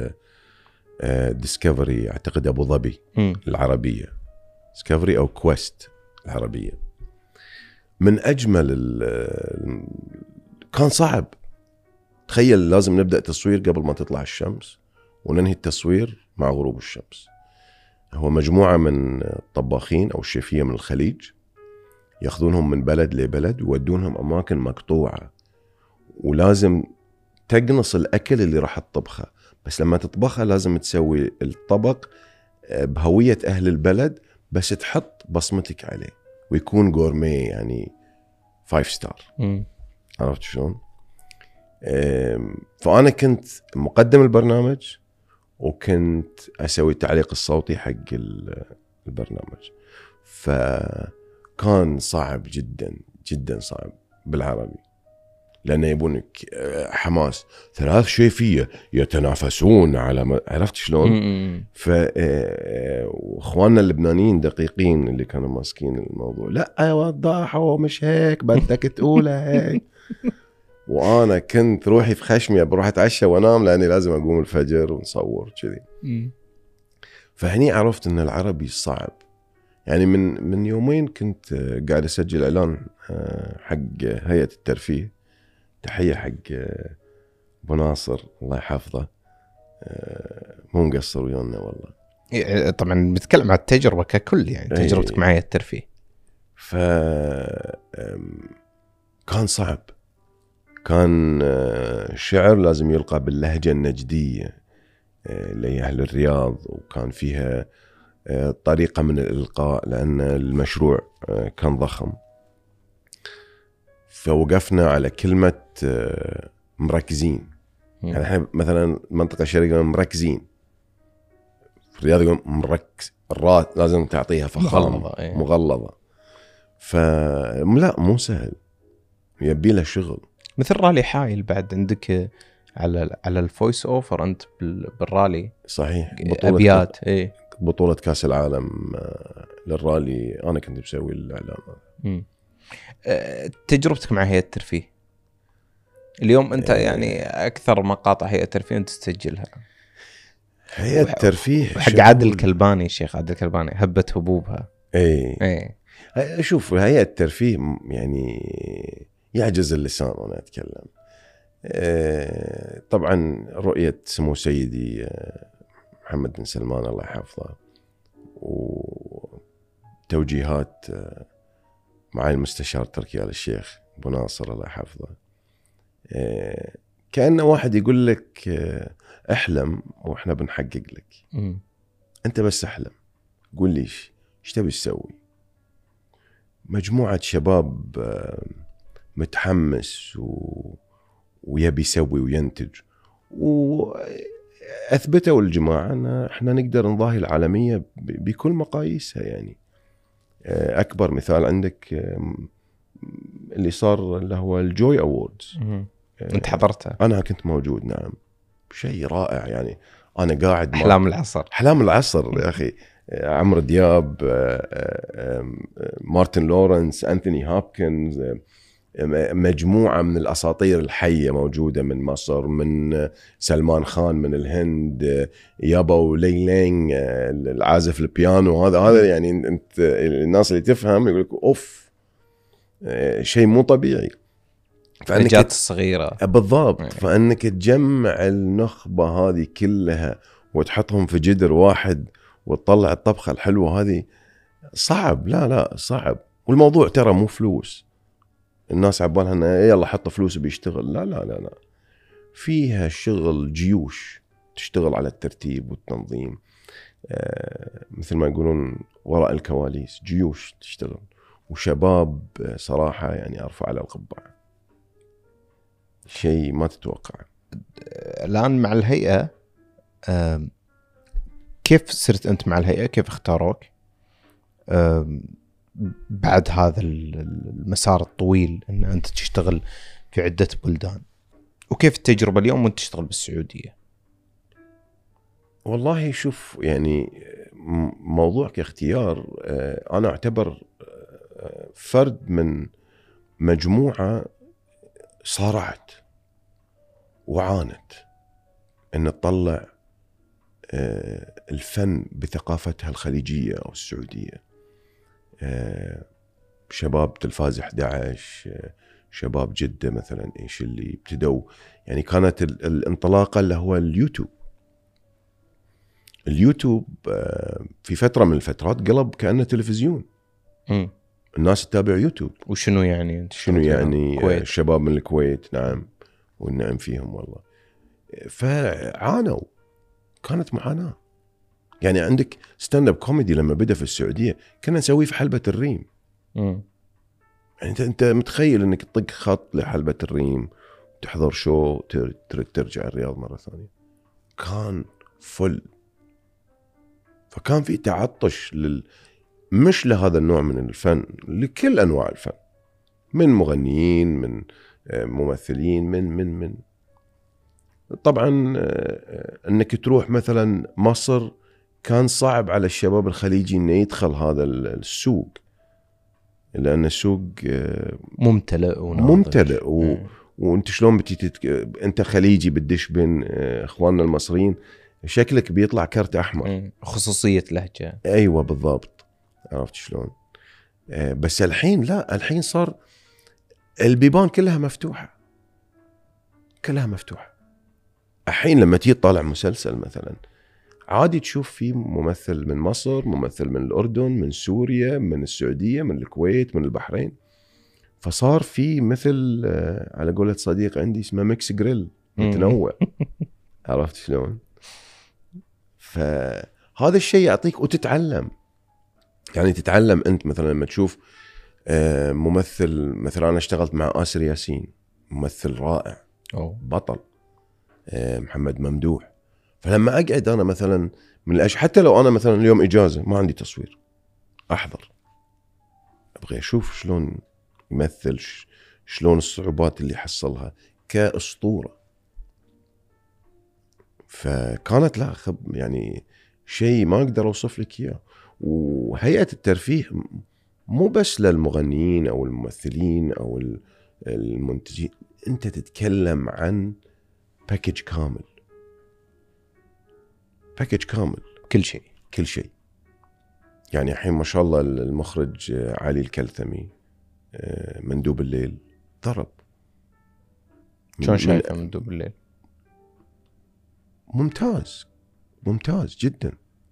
ديسكفري أعتقد أبو ظبي العربية، ديسكفري أو كويست العربية. من أجمل ال... كان صعب. تخيل لازم نبدأ تصوير قبل ما تطلع الشمس وننهي التصوير مع غروب الشمس. هو مجموعة من الطباخين أو الشيفية من الخليج، يأخذونهم من بلد لبلد ويودونهم أماكن مقطوعة، ولازم تقنص الأكل اللي راح تطبخه، بس لما تطبخه لازم تسوي الطبق بهوية أهل البلد، بس تحط بصمتك عليه ويكون غورميه يعني فايف ستار. عرفت شلون؟ فأنا كنت مقدم البرنامج وكنت أسوي التعليق الصوتي حق البرنامج، فكان صعب جدا جدا صعب بالعربي، لأنه يبونك حماس، ثلاث شيفية يتنافسون على ما عرفت شلون. فإخواننا اللبنانيين دقيقين اللي كانوا ماسكين الموضوع، لا يا وضاح هو مش هيك بدك تقولها هيك. وأنا كنت روحي في خشمي بروح أتعشى وأنام لأني لازم أقوم الفجر ونصور كذي. فهني عرفت إن العربي صعب. يعني من من يومين كنت قاعد أسجل إعلان حق هيئة الترفيه، تحية حق أبو ناصر الله يحفظه، مو مقصر ويانا والله. طبعا بتكلم عن التجربة ككل، يعني تجربتك معي الترفيه. ف كان صعب، كان شعر لازم يلقى باللهجة النجدية لأهل الرياض، وكان فيها طريقة من الإلقاء لأن المشروع كان ضخم. فوقفنا على كلمة مركزين. يعني احنا مثلا منطقة الشرقية مركزين، في الرياض يقول مركز، الراء لازم تعطيها فخام مغلظة, ايه. مغلظة. فلا مو سهل، يبي له شغل. مثل رالي حايل بعد عندك على على الفويس اوفر انت بالرالي. صحيح، بطولة ابيات ايه بطولة كاس العالم للرالي انا كنت بسوي الاعلان. امم تجربتك مع هيئة الترفيه اليوم انت إيه. يعني اكثر مقاطع هيئة الترفيه انت تسجلها. هيئة الترفيه حق عادل الكلباني، الشيخ عادل الكلباني هبت هبوبها. ايه ايه شوف هيئة الترفيه يعني يعجز اللسان وانا اتكلم. إيه طبعا رؤية سمو سيدي محمد بن سلمان الله يحفظه، وتوجيهات مع المستشار تركي آل الشيخ أبو ناصر الله يحفظه. إيه كأنه واحد يقول لك احلم واحنا بنحقق لك. م. انت بس احلم، قول لي ايش تبي تسوي. مجموعة شباب متحمس و... ويبي يسوي وينتج، وأثبتوا الجماعة أن احنا نقدر نضاهي العالمية بكل مقاييسها. يعني أكبر مثال عندك اللي صار اللي هو الجوي أووردز. أنت حضرته؟ أنا كنت موجود، نعم. شيء رائع، يعني أنا قاعد أحلام العصر أحلام العصر يا أخي. عمرو دياب، مارتن لورنس، أنثوني هوبكنز، مجموعة من الأساطير الحية موجودة من مصر، من سلمان خان من الهند، يابو ليلينج العازف البيانو. هذا هذا يعني أنت الناس اللي تفهم يقولك أوف شيء مو طبيعي. فأنك الصغيرة بالضبط، فأنك تجمع النخبة هذه كلها وتحطهم في جدر واحد وتطلع الطبخة الحلوة هذه صعب. لا لا صعب. والموضوع ترى مو فلوس، الناس عبالها انه يلا حط فلوس بيشتغل. لا لا لا لا فيها شغل جيوش تشتغل على الترتيب والتنظيم. آه مثل ما يقولون وراء الكواليس جيوش تشتغل، وشباب صراحة يعني أرفع على القبعة، شيء ما تتوقع. الآن مع الهيئة، آه كيف صرت أنت مع الهيئة؟ كيف اختاروك آه بعد هذا المسار الطويل ان انت تشتغل في عدة بلدان؟ وكيف التجربة اليوم وانت تشتغل بالسعودية؟ والله شوف، يعني موضوع كاختيار، انا اعتبر فرد من مجموعة صارعت وعانت ان تطلع الفن بثقافتها الخليجية او السعودية. شباب تلفاز إحدى عشر، شباب جدة مثلا، إيش اللي ابتدوا، يعني كانت الانطلاقة اللي هو اليوتيوب. اليوتيوب في فترة من الفترات قلب كأنه تلفزيون. م. الناس تتابع يوتيوب. وشنو يعني؟ شنو يعني؟ الشباب من الكويت، نعم، والنعم فيهم والله. فعانوا، كانت معاناة. يعني عندك ستاند اب كوميدي لما بدأ في السعودية كنا نسويه في حلبة الريم. م. يعني انت انت متخيل انك تطق خط لحلبة الريم تحضر شو ترد ترجع الرياض مرة ثانية؟ كان فل. فكان في تعطش لل مش لهذا النوع من الفن، لكل انواع الفن، من مغنيين، من ممثلين، من من من طبعا انك تروح مثلا مصر كان صعب على الشباب الخليجي انه يدخل هذا السوق، لان السوق ممتلئ ممتلئ و... وانت شلون بتي تتك... انت خليجي بتدش بين اخواننا المصريين شكلك بيطلع كرت احمر، خصوصيه لهجه. ايوه بالضبط، عرفت شلون. بس الحين لا، الحين صار البيبان كلها مفتوحه، كلها مفتوحه. الحين لما تيجي تطالع مسلسل مثلا عادي تشوف فيه ممثل من مصر، ممثل من الأردن، من سوريا، من السعودية، من الكويت، من البحرين. فصار في مثل على قولة صديق عندي اسمه ميكس جريل، متنوع. عرفت شلون؟ فهذا الشيء يعطيك وتتعلم. يعني تتعلم أنت مثلا لما تشوف ممثل، مثلا أنا اشتغلت مع آسر ياسين، ممثل رائع أوه. بطل، محمد ممدوح. فلما أقعد أنا مثلا من الأشياء، حتى لو أنا مثلا اليوم إجازة ما عندي تصوير، أحضر أبغى أشوف شلون يمثل، شلون الصعوبات اللي حصلها كأسطورة. فكانت لا خب يعني شيء ما أقدر أوصف لك إياه. وهيئة الترفيه مو بس للمغنيين أو الممثلين أو المنتجين، أنت تتكلم عن باكيج كامل، باكيج كامل، كل شيء كل شيء. يعني الحين ما شاء الله المخرج علي الكلثمي مندوب الليل ضرب. شلون شايفه مندوب الليل؟ ممتاز، ممتاز جدا.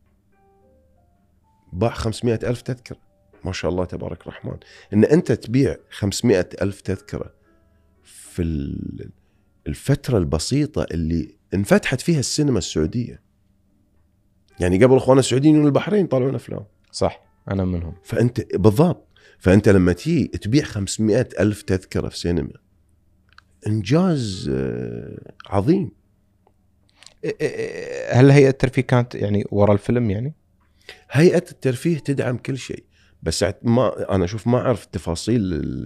باع خمسمائة ألف تذكرة، ما شاء الله تبارك الرحمن. إن أنت تبيع خمسمائة ألف تذكرة في الفترة البسيطة اللي انفتحت فيها السينما السعودية. يعني قبل اخواننا السعوديين من البحرين طالعون افلام، صح، انا منهم. فانت بالضبط، فانت لما تيجي تبيع خمسمائة ألف تذكره في سينما انجاز عظيم. هل هيئه الترفيه كانت يعني ورا الفيلم؟ يعني هيئه الترفيه تدعم كل شيء، بس ما انا اشوف ما اعرف تفاصيل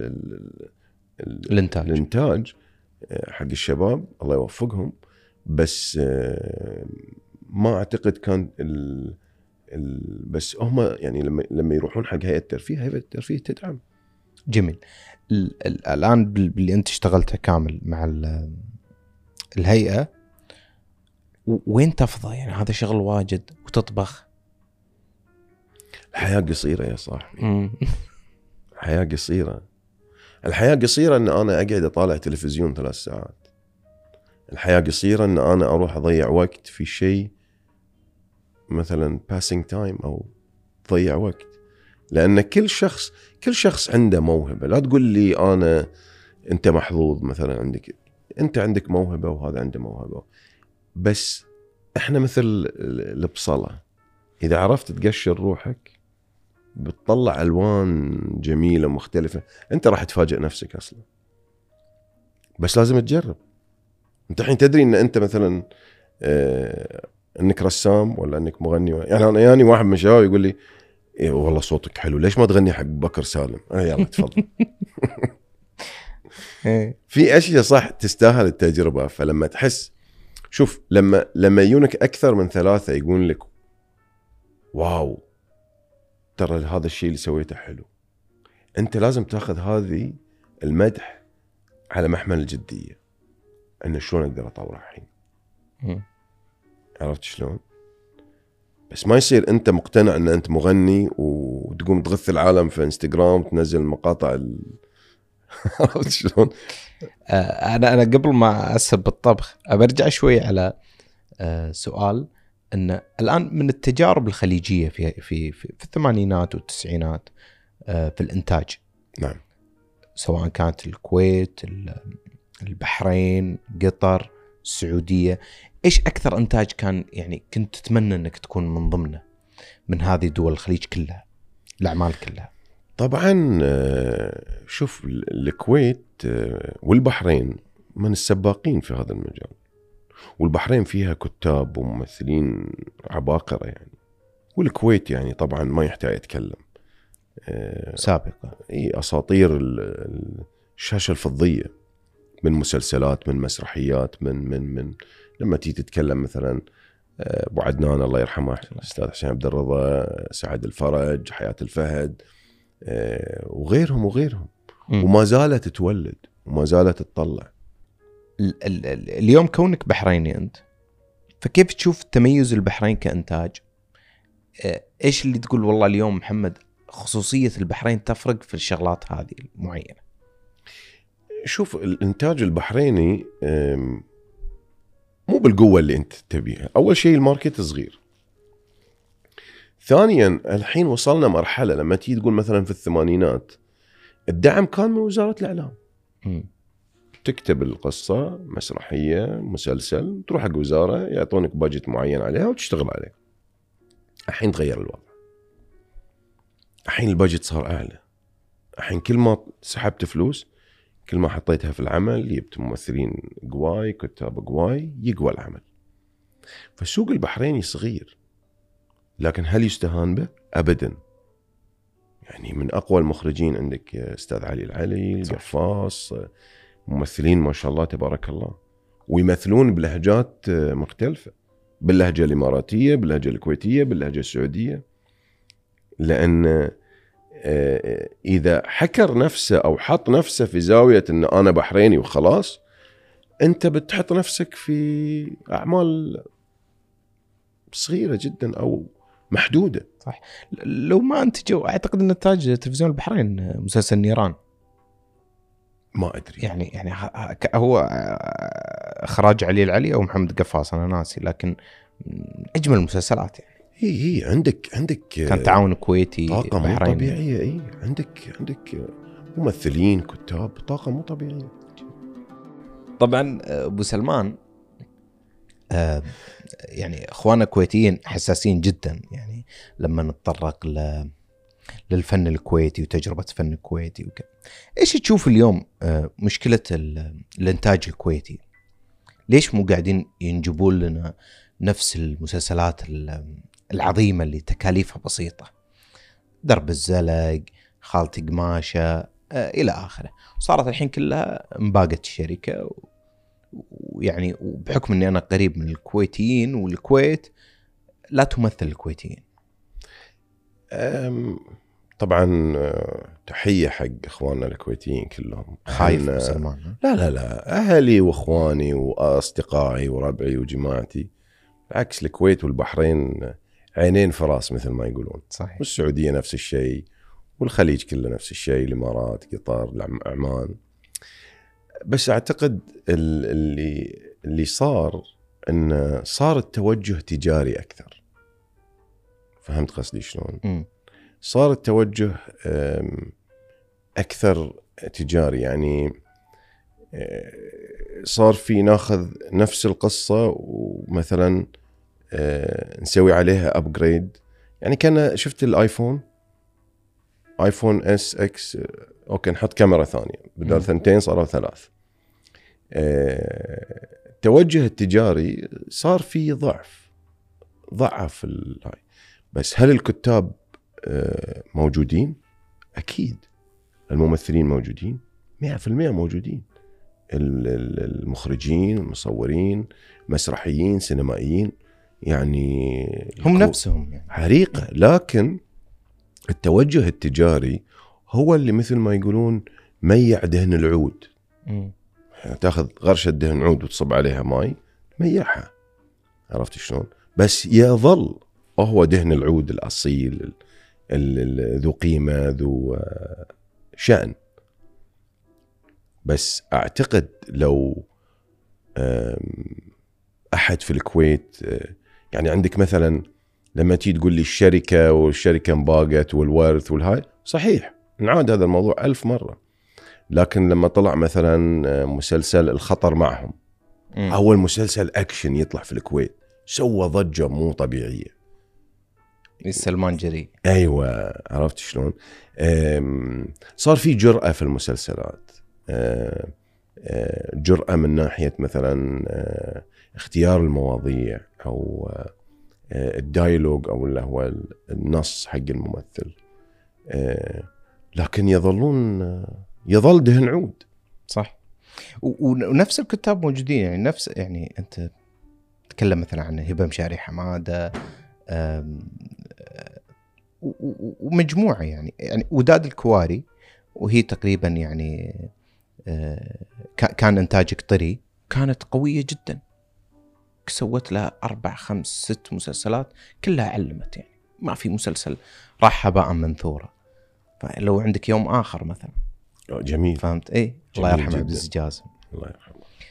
الانتاج الانتاج حق الشباب الله يوفقهم، بس ما اعتقد كان ال ال بس هم يعني لما لما يروحون حق هيئه الترفيه، هيئه الترفيه تدعم. جميل. ال ال الان باللي انت اشتغلتها كامل مع الهيئه، وين تفضى؟ يعني هذا شغل واجد وتطبخ. الحياه قصيره يا صاحبي. الحياه قصيره. الحياه قصيره ان انا اقعد اطالع تلفزيون ثلاث ساعات. الحياه قصيره ان انا اروح اضيع وقت في شيء مثلا passing time او تضيع وقت. لان كل شخص كل شخص عنده موهبه. لا تقول لي انا انت محظوظ مثلا، عندك انت عندك موهبه وهذا عنده موهبه، بس احنا مثل البصله، اذا عرفت تقشر روحك بتطلع الوان جميله مختلفه. انت راح تفاجئ نفسك اصلا، بس لازم تجرب. انت الحين تدري ان انت مثلا اه انك رسام ولا انك مغني. يعني انا يعني واحد من الشباب يقول لي إيه والله صوتك حلو، ليش ما تغني حق بكر سالم؟ اه يلا تفضل. في اشياء صح تستاهل التجربه. فلما تحس، شوف لما لما يجونك اكثر من ثلاثه يقول لك واو ترى هذا الشيء اللي سويته حلو، انت لازم تاخذ هذه المدح على محمل الجديه. انه شلون اقدر اطور الحين؟ عرفت شلون؟ بس ما يصير انت مقتنع ان انت مغني وتقوم تغث العالم في انستغرام وتنزل مقاطع ال... عرفت شلون؟ انا انا قبل ما اسب بالطبخ برجع شوي على سؤال. ان الان من التجارب الخليجيه في في في, في الثمانينات والتسعينات في الانتاج، نعم، سواء كانت الكويت، البحرين، قطر، السعودية، إيش أكثر إنتاج كان يعني كنت تتمنى أنك تكون من ضمنه من هذه دول الخليج كلها، الأعمال كلها؟ طبعا شوف الكويت والبحرين من السباقين في هذا المجال، والبحرين فيها كتاب وممثلين عباقرة يعني، والكويت يعني طبعا ما يحتاج يتكلم، سابقة اي اساطير الشاشة الفضية، من مسلسلات، من مسرحيات، من من من لما تيجي تتكلم مثلا ابو عدنان الله يرحمه الاستاذ حسين عبد الرضا، سعد الفرج، حياة الفهد، وغيرهم وغيرهم م. وما زالت تتولد وما زالت تطلع. ال- ال- اليوم كونك بحريني أنت، فكيف تشوف تميز البحرين كإنتاج؟ إيش اللي تقول والله اليوم محمد خصوصية البحرين تفرق في الشغلات هذه المعينة؟ شوف الإنتاج البحريني مو بالقوة اللي أنت تبيها. أول شيء الماركت صغير، ثانيا الحين وصلنا مرحلة لما تيجي تقول مثلا في الثمانينات الدعم كان من وزارة الإعلام، م. تكتب القصة مسرحية مسلسل تروح حق وزارة يعطونك باجت معين عليها وتشتغل عليه. الحين تغير الوضع، الحين الباجت صار أعلى، الحين كل ما سحبت فلوس كل ما حطيتها في العمل جبت ممثلين قواي كتاب قواي يقوى العمل. فالسوق البحريني صغير، لكن هل يستهان به؟ أبدا. يعني من أقوى المخرجين عندك أستاذ علي العلي، القفاص، ممثلين ما شاء الله تبارك الله، ويمثلون بلهجات مختلفة، باللهجة الإماراتية، باللهجة الكويتية، باللهجة السعودية. لأن إذا حكر نفسه أو حط نفسه في زاوية أن أنا بحريني وخلاص، أنت بتحط نفسك في أعمال صغيرة جدا أو محدودة. صح. لو ما أنتجوا أعتقد أن إنتاج تلفزيون البحرين مسلسل نيران، ما أدري يعني يعني هو إخراج علي العلي أو محمد قفاص أنا ناسي، لكن أجمل المسلسلات يعني. هي هي عندك عندك كان تعاون كويتي طاقة مو طبيعية. إيه عندك عندك ممثلين كتاب طاقة مو طبيعية. طبعا أبو سلمان آه يعني إخواننا كويتيين حساسين جدا، يعني لما نتطرق ل للفن الكويتي وتجربة فن الكويتي وكذا. إيش تشوف اليوم آه مشكلة الإنتاج الكويتي؟ ليش مو قاعدين ينجبون لنا نفس المسلسلات العظيمة اللي تكاليفها بسيطة؟ درب الزلق، خالتي قماشة آه إلى آخره. صارت الحين كلها مباقة الشركة، ويعني وبحكم أني أنا قريب من الكويتيين والكويت لا تمثل الكويتيين. طبعا تحية حق إخواننا الكويتيين كلهم. خايف سلمان؟ لا لا لا، أهلي وإخواني وأصدقائي وربعي وجماعتي. بالعكس الكويت والبحرين عينين فراس مثل ما يقولون. صحيح. والسعودية نفس الشيء، والخليج كله نفس الشيء، الإمارات، قطر، عمان. بس أعتقد اللي اللي صار إنه صار التوجه تجاري أكثر. فهمت قصدي شلون؟ م. صار التوجه أكثر تجاري، يعني صار في ناخذ نفس القصة ومثلا نسوي عليها أبجريد. يعني كان شفت الآيفون آيفون إس إكس، أوكي نحط كاميرا ثانية بدل ثنتين صاروا ثلاث. التوجه التجاري صار فيه ضعف ضعف الهاي. بس هل الكتاب موجودين؟ أكيد. الممثلين موجودين مئة في المئة موجودين، المخرجين، المصورين، مسرحيين، سينمائيين، يعني هم نفسهم يعني حريقة. لكن التوجه التجاري هو اللي مثل ما يقولون ميع دهن العود. م. تاخذ غرشة دهن عود وتصب عليها ماي ميعها، عرفت شلون؟ بس يظل هو دهن العود الأصيل ذو قيمة ذو شأن. بس أعتقد لو أحد في الكويت، يعني عندك مثلا لما تيجي تقول لي الشركة والشركة مباقت والورث والهاي، صحيح نعاد هذا الموضوع ألف مرة، لكن لما طلع مثلا مسلسل الخطر معهم، مم. اول مسلسل اكشن يطلع في الكويت، سوى ضجه مو طبيعيه. سلمان جري. ايوه، عرفت شلون؟ أم، صار في جرأة في المسلسلات، أه، أه، جرأة من ناحية مثلا أه، اختيار المواضيع او أه، الدايلوج او اللي هو النص حق الممثل، أه، لكن يظلون أه، يظل دهن عود. صح. و- ونفس الكتاب موجودين، يعني نفس، يعني انت تكلم مثلا عن هبه مشاري حماده، أم، و- و- ومجموعه يعني يعني وداد الكواري، وهي تقريبا يعني أه، كا- كان انتاج قطري، كانت قويه جدا، سوت لها اربع خمس ست مسلسلات كلها علمت، يعني ما في مسلسل راح هباء منثورا. فلو عندك يوم اخر مثلا، جميل. فهمت؟ ايه، الله جميل يرحمه جداً. عبد العزيز جاسم. الله يرحمه.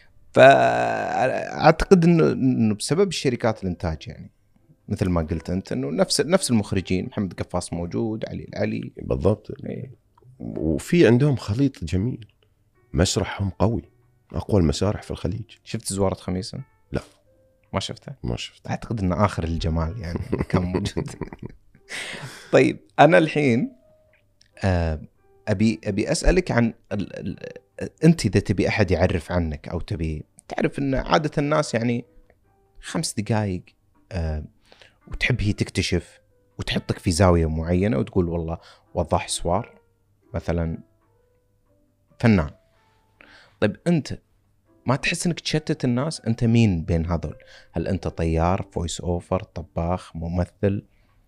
فاعتقد انه انه بسبب الشركات الانتاج، يعني مثل ما قلت انت، انه نفس نفس المخرجين، محمد قفاص موجود، علي العلي. بالضبط. إيه. وفي عندهم خليط جميل، مسرحهم قوي، اقوى المسارح في الخليج. شفت زوارة خميسة؟ لا، ما شفته. ما شفت. اعتقد انه اخر الجمال يعني كان موجود. طيب انا الحين آه، ابي ابي اسالك عن ال... ال... انت اذا تبي احد يعرف عنك، او تبي تعرف ان عاده الناس يعني خمس دقائق آه، وتحب هي تكتشف وتحطك في زاويه معينه وتقول والله وضاح سوار مثلا فنان. طيب انت ما تحس انك تشتت الناس؟ انت مين بين هذول؟ هل انت طيار، فويس اوفر، طباخ، ممثل؟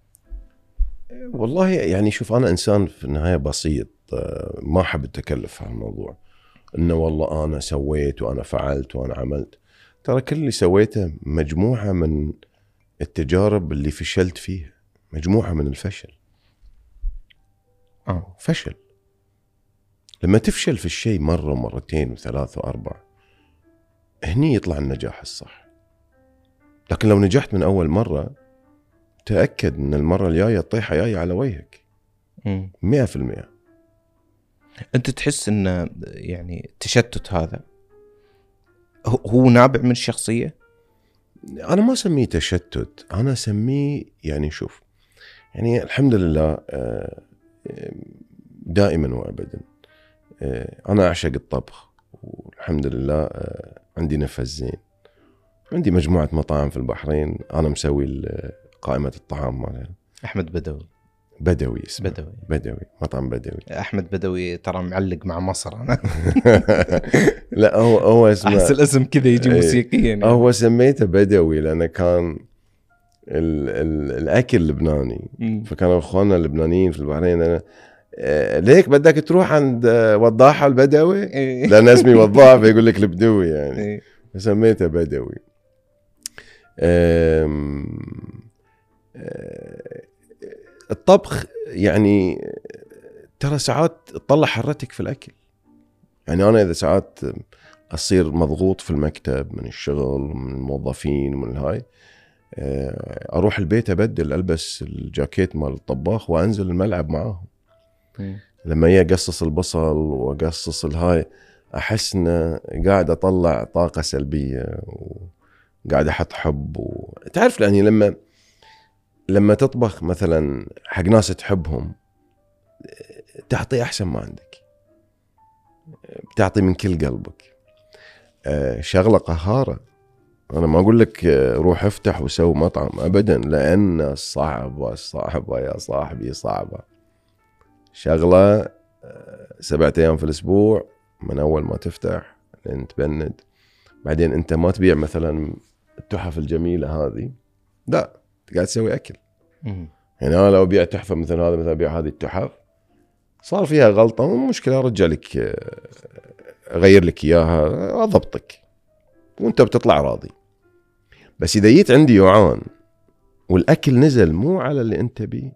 والله يعني شوف، انا انسان في النهايه بسيط، آه، ما احب التكلف في هالموضوع، انه والله انا سويت وانا فعلت وانا عملت. ترى كل اللي سويته مجموعه من التجارب اللي فشلت فيها، مجموعه من الفشل. اه فشل. لما تفشل في الشيء مره ومرتين وثلاث واربع، هني يطلع النجاح الصح. لكن لو نجحت من اول مره، تاكد ان المره الجايه الطيحه جايه على وجهك امم مئة في المئة. انت تحس ان يعني التشتت هذا هو- هو نابع من الشخصيه؟ انا ما اسميه تشتت، انا اسميه يعني شوف، يعني الحمد لله آه، دائما وابدا آه، انا اعشق الطبخ، والحمد لله آه، عندي نفس زين، عندي مجموعه مطاعم في البحرين، انا مسوي قائمه الطعام مالها. احمد بدوي. بدوي اسمه. بدوي. بدوي، مطعم بدوي. احمد بدوي ترى معلق مع مصر انا. لا، هو هو اسمه، احس الاسم كذا يجي إيه، موسيقيا يعني. هو سميته بدوي لانه كان ال ال الاكل لبناني، مم. فكانوا اخواننا اللبنانيين في البحرين أنا آه، ليك بدك تروح عند آه، وضاحة البدوي، إيه. لان اسمي وضاح فيقول لك البدوي يعني، إيه. فسميته بدوي. آم، آه، الطبخ يعني ترى ساعات تطلع حرتك في الاكل. يعني انا اذا ساعات اصير مضغوط في المكتب من الشغل من الموظفين ومن الهاي، اروح البيت ابدل، البس الجاكيت مال الطباخ وانزل الملعب معاهم. مم. لما هي اقصص البصل واقصص الهاي، احس انه قاعد اطلع طاقه سلبيه وقاعد احط حب و... تعرف يعني لما لما تطبخ مثلا حق ناس تحبهم، تعطي احسن ما عندك، بتعطي من كل قلبك. أه شغله قهاره. انا ما اقول لك روح افتح وسوي مطعم ابدا، لان صعبه صعبه يا صاحبي، صعبه. شغله سبعة ايام في الاسبوع من اول ما تفتح لين تبند. بعدين انت ما تبيع مثلا التحف الجميله هذه، لا، انت قاعد تسوي اكل. مم. يعني انا لو ابيع تحفه مثل هذا، مثلا ابيع هذه التحف، صار فيها غلطه، مو مشكله، ارجع لك اغير لك اياها، اضبطك وانت بتطلع راضي. بس اذا جيت عندي يوعان والاكل نزل مو على اللي انت بيه،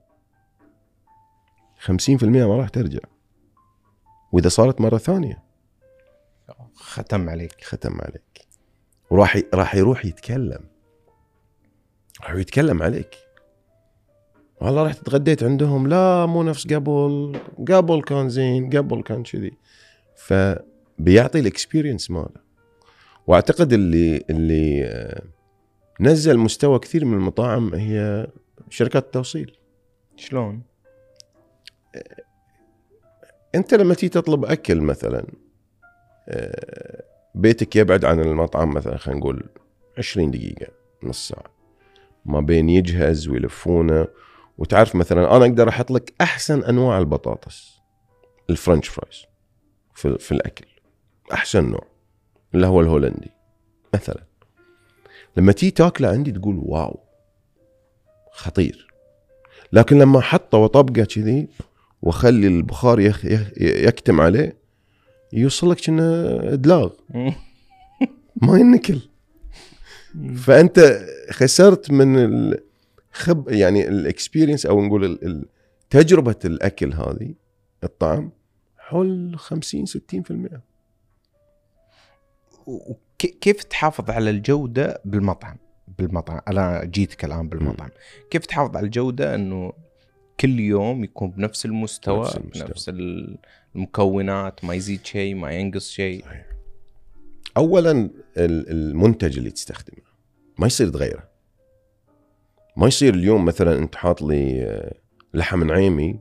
خمسين في المئة ما راح ترجع. واذا صارت مره ثانيه، ختم عليك. ختم عليك، وراح ي... راح يروح يتكلم، راح يتكلم عليك. والله رحت تغديت عندهم، لا مو نفس قبل، قبل كان زين، قبل كان كذي. فبيعطي الاكسبيرينس ماله. واعتقد اللي اللي نزل مستوى كثير من المطاعم هي شركات التوصيل. شلون؟ انت لما تيجي تطلب اكل مثلا، بيتك يبعد عن المطعم مثلا خلينا نقول عشرين دقيقة نص ساعة، ما بين يجهز ويلفونه. وتعرف مثلا انا اقدر احط لك احسن انواع البطاطس الفرنش فرايز في, في الاكل، احسن نوع اللي هو الهولندي مثلا. لما تيجي تاكله عندي تقول واو خطير. لكن لما احطه وطبقه كذي واخلي البخار يخ يخ يكتم عليه يوصلك كأنه دلاغ ما ينكل. فانت خسرت من الخب يعني الاكسبيرينس او نقول تجربه الاكل هذه الطعم حول خمسين ستين بالمئة. وكيف تحافظ على الجودة بالمطعم؟ بالمطعم أنا جيتك الآن بالمطعم م. كيف تحافظ على الجودة أنه كل يوم يكون بنفس المستوى, نفس, المستوى. بنفس المكونات، ما يزيد شيء ما ينقص شيء؟ أولا المنتج اللي تستخدمه ما يصير تغيره. ما يصير اليوم مثلا أنت حاط لي لحم نعيمي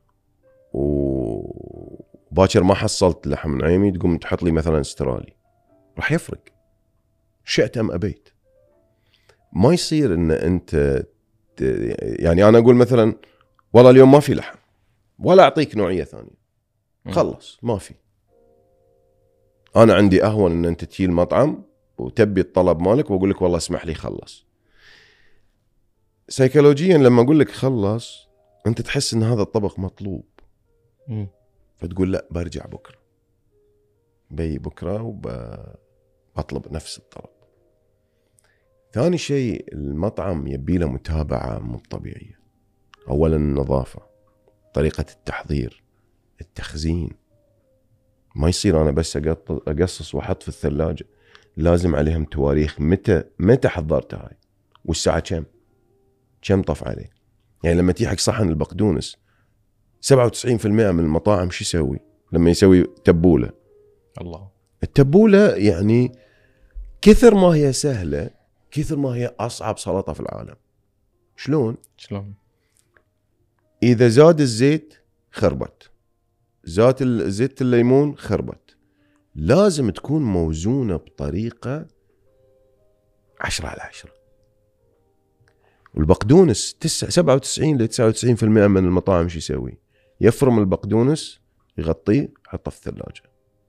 وباكر ما حصلت لحم نعيمي تقوم تحط لي مثلا استرالي، راح يفرق شئت أم أبيت. ما يصير ان انت يعني انا اقول مثلا والله اليوم ما في لحم ولا اعطيك نوعيه ثانيه، خلص ما في. انا عندي اهون ان انت تجي المطعم وتبي الطلب مالك واقول لك والله اسمح لي خلص. سيكولوجيا لما اقول لك خلص انت تحس ان هذا الطبق مطلوب م. فتقول لا برجع بكره، بي بكره وبطلب نفس الطلب. ثاني شيء المطعم يبي له متابعة مو طبيعية. أولا النظافة، طريقة التحضير، التخزين. ما يصير أنا بس أقصص وأحط في الثلاجة، لازم عليهم تواريخ متى متى حضرتها هاي والساعة كم كم طف عليه. يعني لما تيجي حق صحن البقدونس سبعة وتسعين بالمئة من المطاعم شو يسوي لما يسوي تبولة؟ الله، التبولة يعني كثر ما هي سهلة كثر ما هي أصعب سلطة في العالم. شلون؟ شلون؟ إذا زاد الزيت خربت، زاد زيت الليمون خربت. لازم تكون موزونة بطريقة عشرة على عشرة. والبقدونس سبعة وتسعين لتسعة وتسعين بالمئة من المطاعم شو يسوي؟ يفرم البقدونس يغطيه حطه في الثلاجة.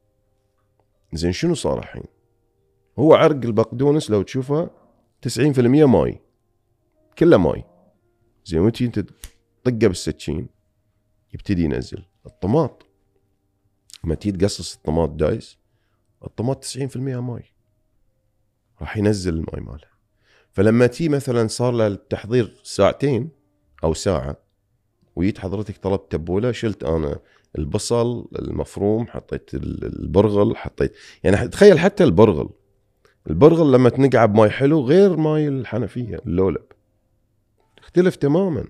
زين شنو صار الحين؟ هو عرق البقدونس لو تشوفه تسعين بالمئة ماي، كله ماي. زين وتي انت طقه بالسكين يبتدي ينزل. الطماط لما تيجي تقصص الطماط دايس، الطماط تسعين بالمئة ماي، راح ينزل الماي ماله. فلما تي مثلا صار له التحضير ساعتين او ساعه ويت حضرتك طلب تبوله، شلت انا البصل المفروم، حطيت البرغل، حطيت يعني تخيل حتى البرغل البرغل لما تنقع بماي حلو غير ماي الحنفيه اللولب، تختلف تماما.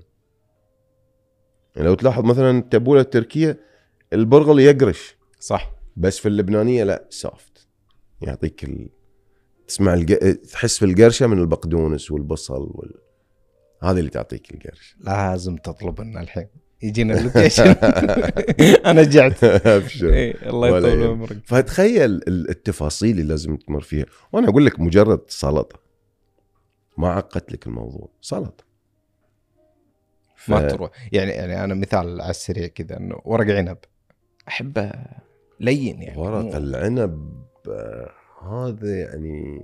يعني لو تلاحظ مثلا التبوله التركيه البرغل يقرش صح، بس في اللبنانيه لا سافت، يعطيك ال... تسمع الج... تحس في القرشه من البقدونس والبصل وال... هذه اللي تعطيك القرش. لازم تطلب لنا الحين يجينا اللوكيشن. انا جعت. إيه الله يطول عمرك. فتخيل التفاصيل اللي لازم تمر فيها. وانا اقول لك مجرد سلطه، ما عقدت لك الموضوع، سلطه ف... ما تروح يعني يعني انا مثال على السريع كذا انه ورق عنب احبه لين يعني. ورق مو... العنب هذا يعني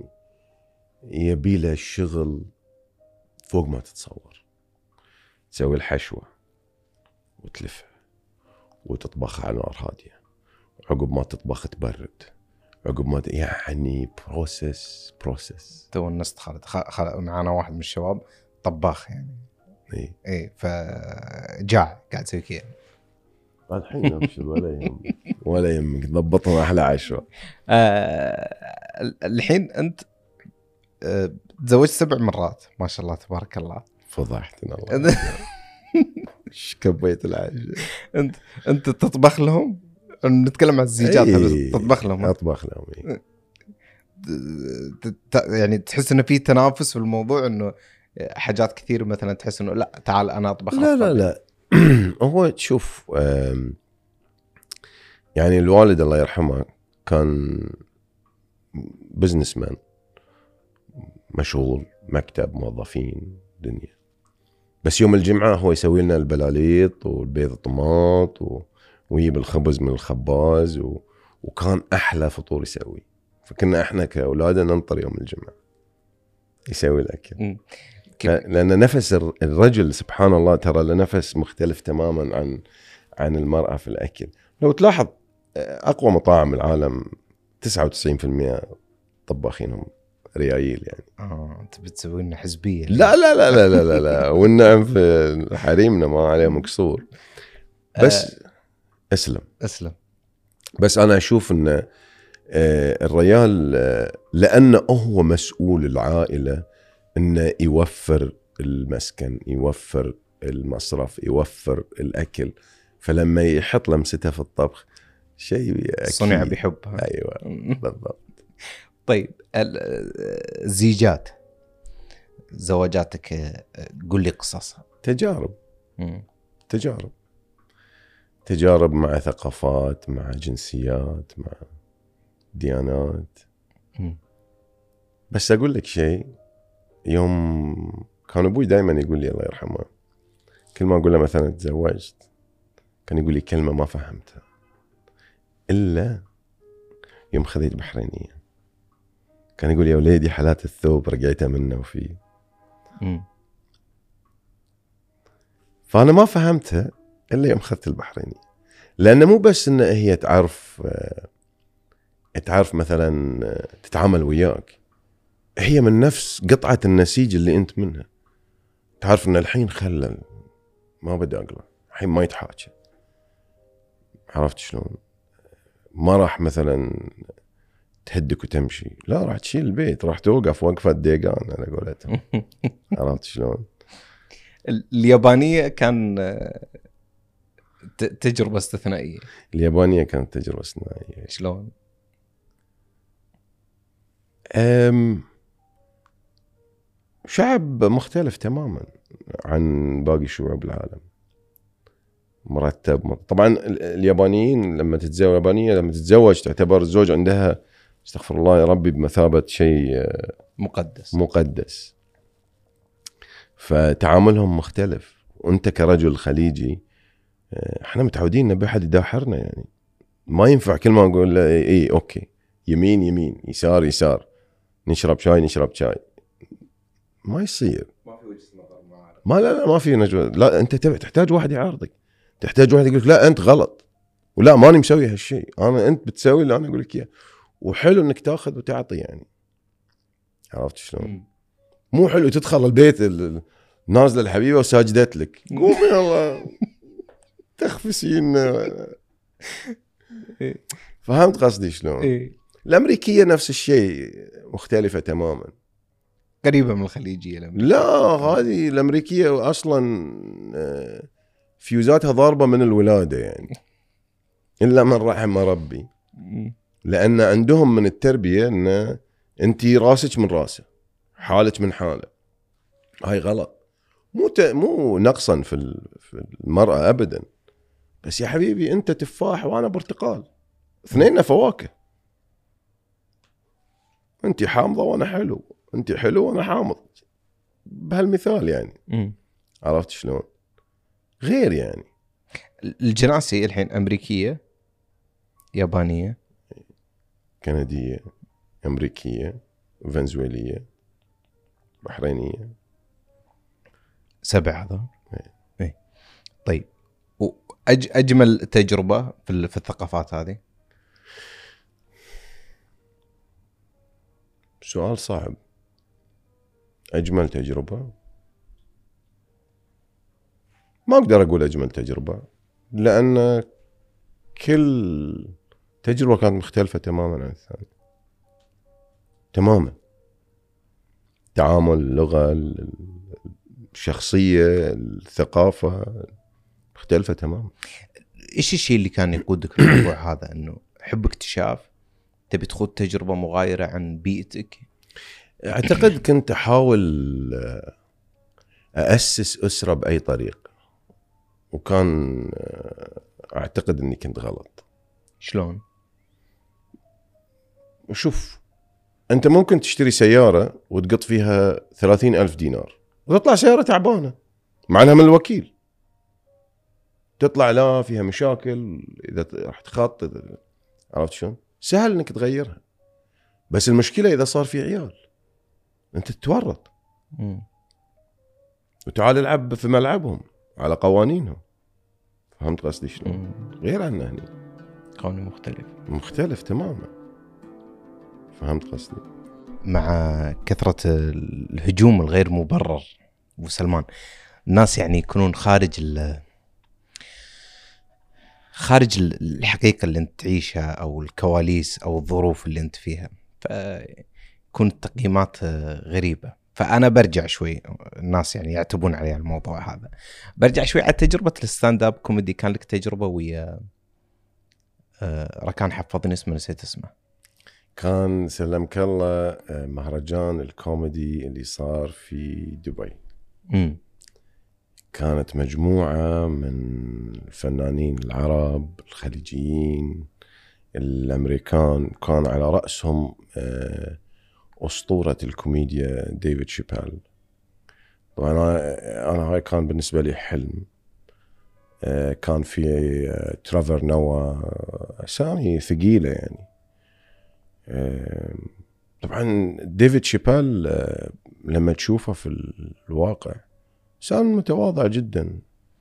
يبي له شغل فوق ما تتصور. تسوي الحشوه وتلفها وتطبخها على نار هاديه، عقب ما تطبخ تبرد، عقب ما ت... يعني بروسس بروسس. تو النست خالد خل... معنا واحد من الشباب طباخ يعني اي اي فجاع قاعد يسوي كذا الحين ابشر ولا يهمك ولا يهمك ضبطنا احلى عشوه. آه الحين انت آه تزوجت سبع مرات ما شاء الله تبارك الله. فضحتنا الله. ايش كبيت العشاء. انت انت تطبخ لهم نتكلم عن الزيجات أي تطبخ لهم اطبخ لهم إيه. يعني تحس انه في تنافس في الموضوع، انه حاجات كثير مثلا تحس انه لا تعال انا اطبخ لا أفضل. لا لا هو تشوف يعني الوالد الله يرحمه كان بزنس مان مشغول، مكتب، موظفين، دنيا. بس يوم الجمعة هو يسوي لنا البلاليط والبيض الطماط و... ويجيب الخبز من الخباز و... وكان أحلى فطور يسوي. فكنا إحنا كأولاده ننطر يوم الجمعة يسوي الأكل. ف... لأن نفس الرجل سبحان الله ترى له نفس مختلف تماما عن عن المرأة في الأكل. لو تلاحظ أقوى مطاعم العالم تسعة وتسعين بالمئة طباخينهم ريايل يعني. اه انت بتسوي لنا حزبيه. لا لا لا لا لا لا, لا. والنعم في حريمنا ما عليه مقصور. بس آه اسلم اسلم. بس انا اشوف ان آه الرجال آه لانه هو مسؤول العائله، انه يوفر المسكن، يوفر المصرف، يوفر الاكل. فلما يحط لمسته في الطبخ شيء صنع بحبها. ايوه بالضبط. طيب الزيجات زواجاتك قل لي قصصها. تجارب مم. تجارب تجارب مع ثقافات، مع جنسيات، مع ديانات. مم. بس أقول لك شيء، يوم كان أبوي دايما يقول لي الله يرحمه، كل ما أقول له مثلا تزوجت كان يقول لي كلمة ما فهمتها إلا يوم خذيت بحرينية. كان يقول يا وليدي حالات الثوب رجعتها منه وفيه. مم. فأنا ما فهمتها إلا يوم خذت البحرينية، لأنه مو بس إن هي تعرف تعرف مثلا تتعامل وياك، هي من نفس قطعة النسيج اللي أنت منها. تعرف إن الحين خلل ما بدي أقله، الحين ما يتحاكى. عرفت شلون؟ ما راح مثلا تهدك وتمشي، لا راح تشيل البيت، راح توقف وقفة ديقان على قولتهم. عرفت شلون؟ اليابانية كان تجربة استثنائية. اليابانية كانت تجربة استثنائية. شلون؟ أم شعب مختلف تماما عن باقي شعوب العالم. مرتب. طبعا اليابانيين لما تتزوج اليابانية لما تتزوج تعتبر الزوج عندها استغفر الله يا ربي بمثابة شيء مقدس مقدس. فتعاملهم مختلف. وانت كرجل خليجي احنا متعودين نبي احد يداحرنا، يعني ما ينفع كل ما نقول له اي ايه اوكي، يمين يمين، يسار يسار، نشرب شاي نشرب شاي. ما يصير. ما في وجهة نظر معنا. ما لا لا ما في نجوى. لا انت تحتاج واحد يعارضك، تحتاج واحد يقولك لا انت غلط، ولا ماني مسوي هالشيء، انا انت بتسوي اللي انا اقول لك اياه. وحلو انك تاخذ وتعطي يعني. عرفت شلون؟ مو حلو تدخل البيت نازله الحبيبه وساجدت لك، قومي يلا تخفسين. فهمت قصدي شلون؟ الامريكيه نفس الشيء، مختلفه تماما، قريبه من الخليجيه. لا هذه الامريكيه اصلا فيوزاتها ضاربه من الولاده يعني، الا من رحم ربي. لان عندهم من التربيه ان انت راسك من راسه، حالك من حاله. هاي غلط. مو ت... مو نقصا في في المراه ابدا، بس يا حبيبي انت تفاح وانا برتقال، اثنين فواكه. انت حامضه وانا حلو، انت حلو وانا حامض، بهالمثال يعني. م. عرفت شلون؟ غير يعني. الجناسي الحين امريكيه، يابانيه، كنديه، امريكيه، فنزويليه، بحرينيه. سبع هذا. اي طيب، وأج اجمل تجربه في في الثقافات هذه؟ سؤال صعب. اجمل تجربه ما اقدر اقول اجمل تجربه، لان كل تجربه كانت مختلفه تماما عن الثانيه. تماما. تعامل، اللغه، الشخصيه، الثقافه مختلفه تماما. ايش الشيء اللي كان يقودك للموضوع هذا؟ انه حب اكتشاف، تبي تخوض تجربه مغايره عن بيئتك؟ اعتقد كنت احاول اسس اسره باي طريقه، وكان اعتقد اني كنت غلط. شلون؟ وشوف، انت ممكن تشتري سياره وتقط فيها ثلاثين ألف دينار وتطلع سياره تعبانه مع انها من الوكيل، تطلع لا فيها مشاكل اذا راح تخطط، عرفت شلون؟ سهل انك تغيرها، بس المشكله اذا صار في عيال انت تتورط. مم. وتعال العب في ملعبهم على قوانينهم. فهمت قصدي شلون؟ غير عنه هني قانون مختلف مختلف تماما. فهمت قصدي؟ مع كثرة الهجوم الغير مبرر أبو سلمان، الناس يعني يكونون خارج ال خارج الحقيقة اللي أنت تعيشها أو الكواليس أو الظروف اللي أنت فيها، فيكون التقييمات غريبة. فأنا برجع شوي، الناس يعني يعتبون علي الموضوع هذا، برجع شوي على تجربة الستاند اب كوميدي. كان لك تجربة ويا ركان، حفظني اسمه نسيت اسمه. كان سلمك الله مهرجان الكوميدي اللي صار في دبي. امم كانت مجموعة من الفنانين العرب الخليجيين الأمريكان، كان على رأسهم أسطورة الكوميديا ديفيد شيبال. طبعا أنا هاي كان بالنسبة لي حلم. كان في ترافر نوا، أسامي ثقيلة يعني. طبعا ديفيد شيبال لما تشوفه في الواقع إنسان متواضع جدا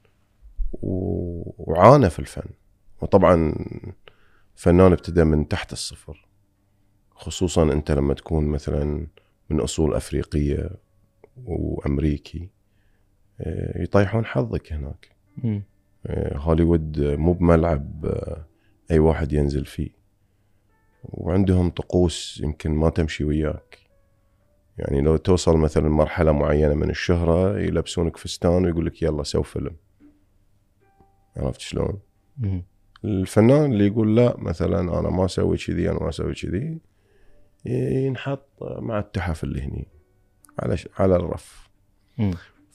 وعانى في الفن، وطبعا فنان ابتدى من تحت الصفر، خصوصا انت لما تكون مثلا من اصول افريقية وامريكي، يطيحون حظك هناك. م. هوليوود مو بملعب اي واحد ينزل فيه، وعندهم طقوس يمكن ما تمشي وياك. يعني لو توصل مثلا مرحلة معينة من الشهرة يلبسونك فستان ويقولك يلا سو فيلم. عرفت شلون؟ م. الفنان اللي يقول لا مثلا أنا ما أسوي كذي أنا ما أسوي كذي، ينحط مع التحف اللي هني على على الرف. م.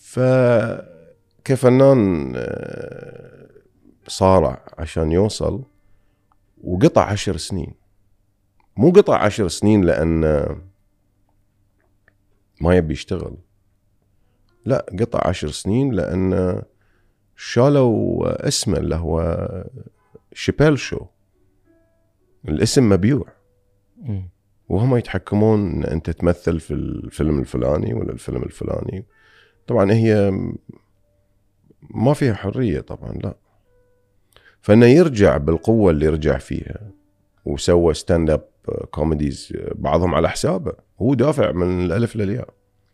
فكفنان صارع عشان يوصل، وقطع عشر سنين. مو قطع عشر سنين لأن ما يبي يشتغل، لا، قطع عشر سنين لأن شالوا اسمه اللي هو شيبيل شو، الاسم مبيوع. م. وهم يتحكمون ان انت تمثل في الفيلم الفلاني ولا الفيلم الفلاني. طبعا هي ما فيها حرية طبعا، لا. فانه يرجع بالقوة اللي رجع فيها وسوى ستاند اب كوميديز بعضهم على حسابه، هو دافع من الالف للياء،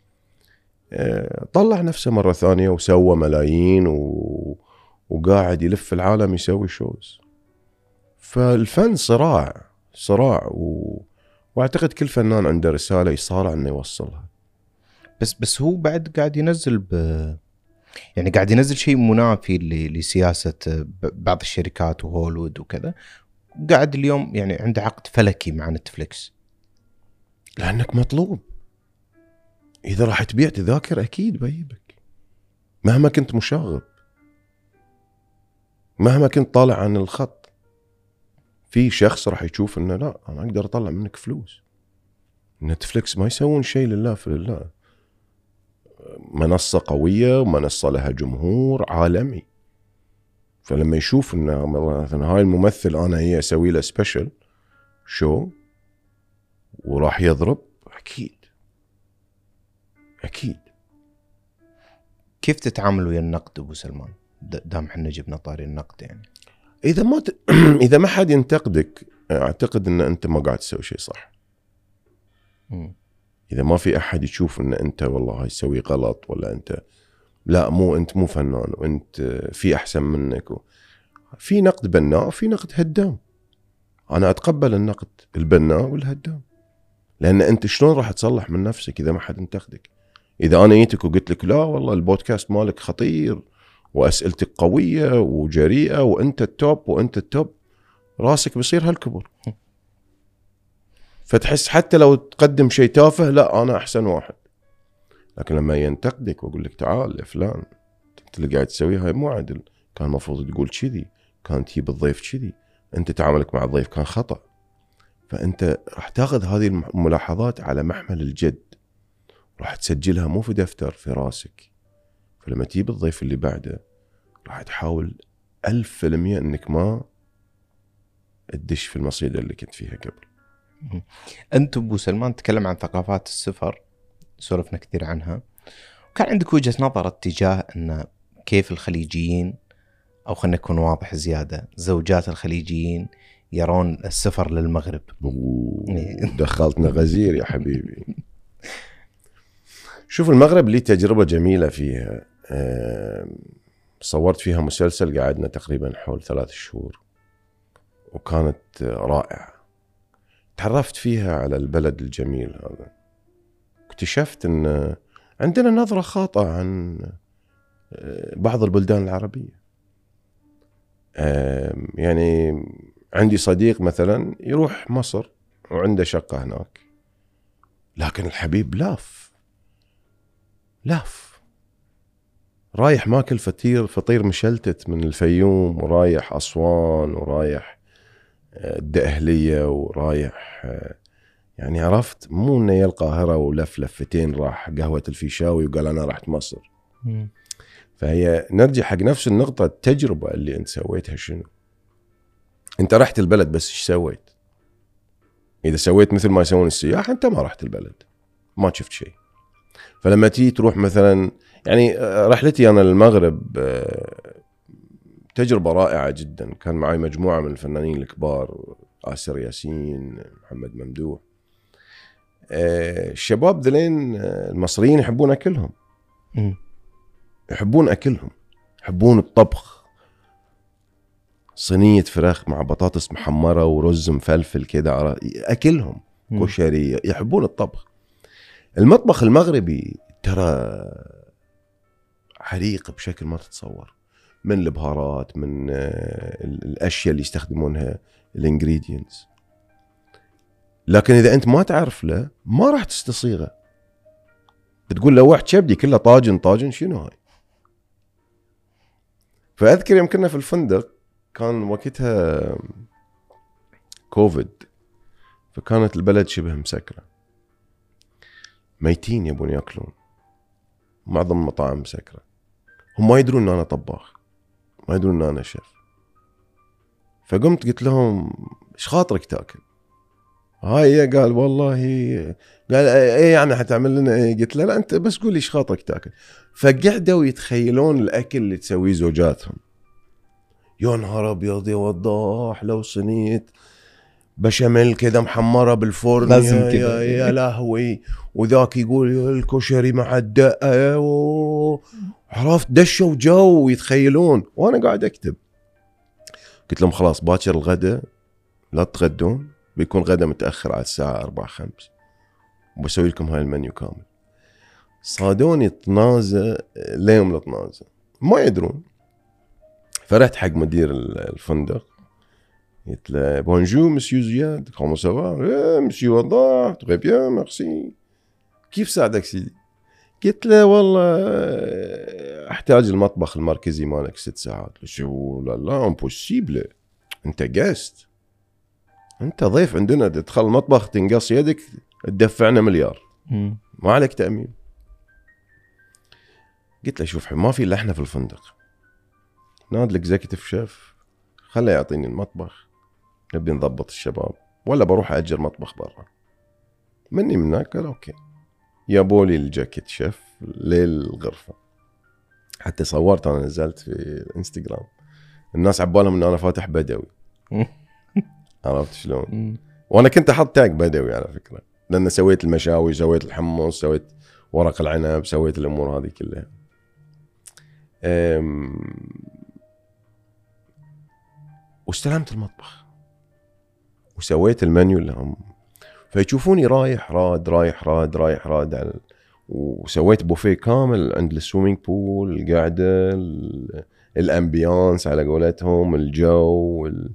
طلع نفسه مرة ثانية وسوى ملايين و... وقاعد يلف العالم يسوي شوز. فالفن صراع صراع و... واعتقد كل فنان عنده رسالة يصارع انه يوصلها. بس بس هو بعد قاعد ينزل ب يعني قاعد ينزل شيء منافي لسياسة بعض الشركات وهوليوود وكذا. قاعد اليوم يعني عنده عقد فلكي مع نتفليكس. لأنك مطلوب. إذا راح تبيع تذاكر أكيد بيبك، مهما كنت مشاغب، مهما كنت طالع عن الخط، في شخص راح يشوف إنه لا أنا أقدر أطلع منك فلوس. نتفليكس ما يسوون شيء لله في لله، منصة قوية ومنصة لها جمهور عالمي. فلما يشوف إنه مثلا هاي الممثل أنا هي أسوي له سبيشل شو وراح يضرب، أكيد أكيد. كيف تتعامل ويا النقد أبو سلمان؟ دام احنا جبنا طاري النقد، يعني إذا ما ت... إذا ما حد ينتقدك أعتقد إن أنت ما قاعد تسوي شيء صح. م. إذا ما في أحد يشوف إن أنت والله هاي تسوي غلط، ولا أنت لا مو أنت مو فنان وأنت في أحسن منك و... في نقد بناء وفي نقد هدام. أنا أتقبل النقد البناء والهدام، لأن أنت شلون راح تصلح من نفسك إذا ما حد ينتقدك؟ إذا أنا جيتك وقلت لك لا والله البودكاست مالك خطير واسئلتك قويه وجريئه وانت التوب وانت التوب، راسك بيصير هالكبر. فتحس حتى لو تقدم شيء تافه، لا انا احسن واحد. لكن لما ينتقدك واقول لك تعال يا فلان، انت اللي قاعد تسويه هاي مو عدل، كان المفروض تقول كذي، كان تجيب الضيف كذي، انت تعاملك مع الضيف كان خطأ. فانت راح تاخذ هذه الملاحظات على محمل الجد، راح تسجلها مو في دفتر في راسك. فلما تجيب الضيف اللي بعده راح تحاول ألف في المية انك ما تدش في المصيدة اللي كنت فيها قبل. انت ابو سلمان تكلم عن ثقافات السفر، سولفنا كثير عنها، وكان عندك وجهة نظر اتجاه ان كيف الخليجيين، او خلينا نكون واضح زيادة، زوجات الخليجيين يرون السفر للمغرب. دخلتنا غزير يا حبيبي. شوف، المغرب لي تجربة جميلة فيها. صورت فيها مسلسل، قعدنا تقريبا حول ثلاث شهور وكانت رائعة. تعرفت فيها على البلد الجميل هذا، اكتشفت ان عندنا نظرة خاطئة عن بعض البلدان العربية. يعني عندي صديق مثلا يروح مصر وعنده شقة هناك، لكن الحبيب لاف لاف رايح ماكل فطير فطير مشلتت من الفيوم، ورايح أسوان، ورايح الدقهلية، ورايح يعني عرفت، مو انه يلقى القاهرة ولف لفتين راح قهوة الفيشاوي وقال انا رحت مصر. م. فهي نرجع حق نفس النقطة، التجربة اللي انت سويتها شنو؟ انت رحت البلد بس ايش سويت؟ اذا سويت مثل ما يسوون السياح انت ما رحت البلد، ما شفت شيء. فلما تيجي تروح مثلا، يعني رحلتي انا للمغرب تجربة رائعة جدا. كان معي مجموعة من الفنانين الكبار، آسر ياسين، محمد ممدوح. الشباب ذلين المصريين يحبون أكلهم، يحبون أكلهم، يحبون الطبخ. صينية فراخ مع بطاطس محمرة ورز مفلفل كده، أكلهم كشري، يحبون الطبخ. المطبخ المغربي ترى عريق بشكل ما تتصور، من البهارات، من الأشياء اللي يستخدمونها، الانجريدينتس. لكن إذا أنت ما تعرف له ما راح تستصيغه. بتقول له واحد شبدي كله طاجن طاجن، شنو هاي؟ فأذكر يوم كنا في الفندق، كان وقتها كوفيد، فكانت البلد شبه مسكرة، ميتين يبون يأكلون، معظم المطاعم مسكرة. هم ما يدرون أن أنا طباخ، ما يدرون أن أنا شيف. فقمت قلت لهم إيش خاطرك تأكل؟ هاي قال والله، قال ايه يعني حتعمل لنا ايه؟ قلت له لا انت بس قول لي ايش خاطرك تاكل. فقعدوا يتخيلون الاكل اللي تسويه زوجاتهم. يا نهار ابيض يا وضاح، لو صينيه بشاميل كذا محمره بالفرن لازم يا, كذا يا, يا لهوي، وذاك يقول الكشري مع الدقه، عرفت، دشوا جو ويتخيلون. وانا قاعد اكتب. قلت لهم خلاص باكر الغداء لا تغدون، بيكون غدا متأخر على الساعة أربعة خمس، وبسوي لكم هاي المنيو كامل. صادوني طنازة ليوم لطنازة، ما يدرون. فرحت حق مدير الفندق، قلت له بونجور مسيو زياد، كومون سافا؟ مسيو وضاح، تري بيان ميرسي، كيف ساعدك سيدي؟ قلت له والله احتاج المطبخ المركزي مالك ست ساعات. شو لا لا امبوسيبل، انت جاست، انت ضيف عندنا، تدخل المطبخ تنقص يدك تدفعنا مليار، مم. ما عليك تأمين. قلت له شوف، ما في الا احنا في الفندق، نادي الاكزيكتيف شيف خله يعطيني المطبخ، نبي نضبط الشباب، ولا بروح اجر مطبخ برا مني من هناك. قال اوكي، جابوا لي الجاكيت شيف للغرفه. حتى صورت انا، نزلت في الانستغرام، الناس عبالهم ان انا فاتح بدوي. عرفت شلون؟ وانا كنت احط تاج بدوي على فكره، لان سويت المشاوي، سويت الحمص، سويت ورق العنب، سويت الامور هذه كلها. أم... واستلمت المطبخ وسويت المنيو لهم. فيشوفوني رايح راد رايح راد رايح راد على... وسويت بوفيه كامل عند السويمينج بول، القعده، الامبيانس على قولتهم، الجو ال...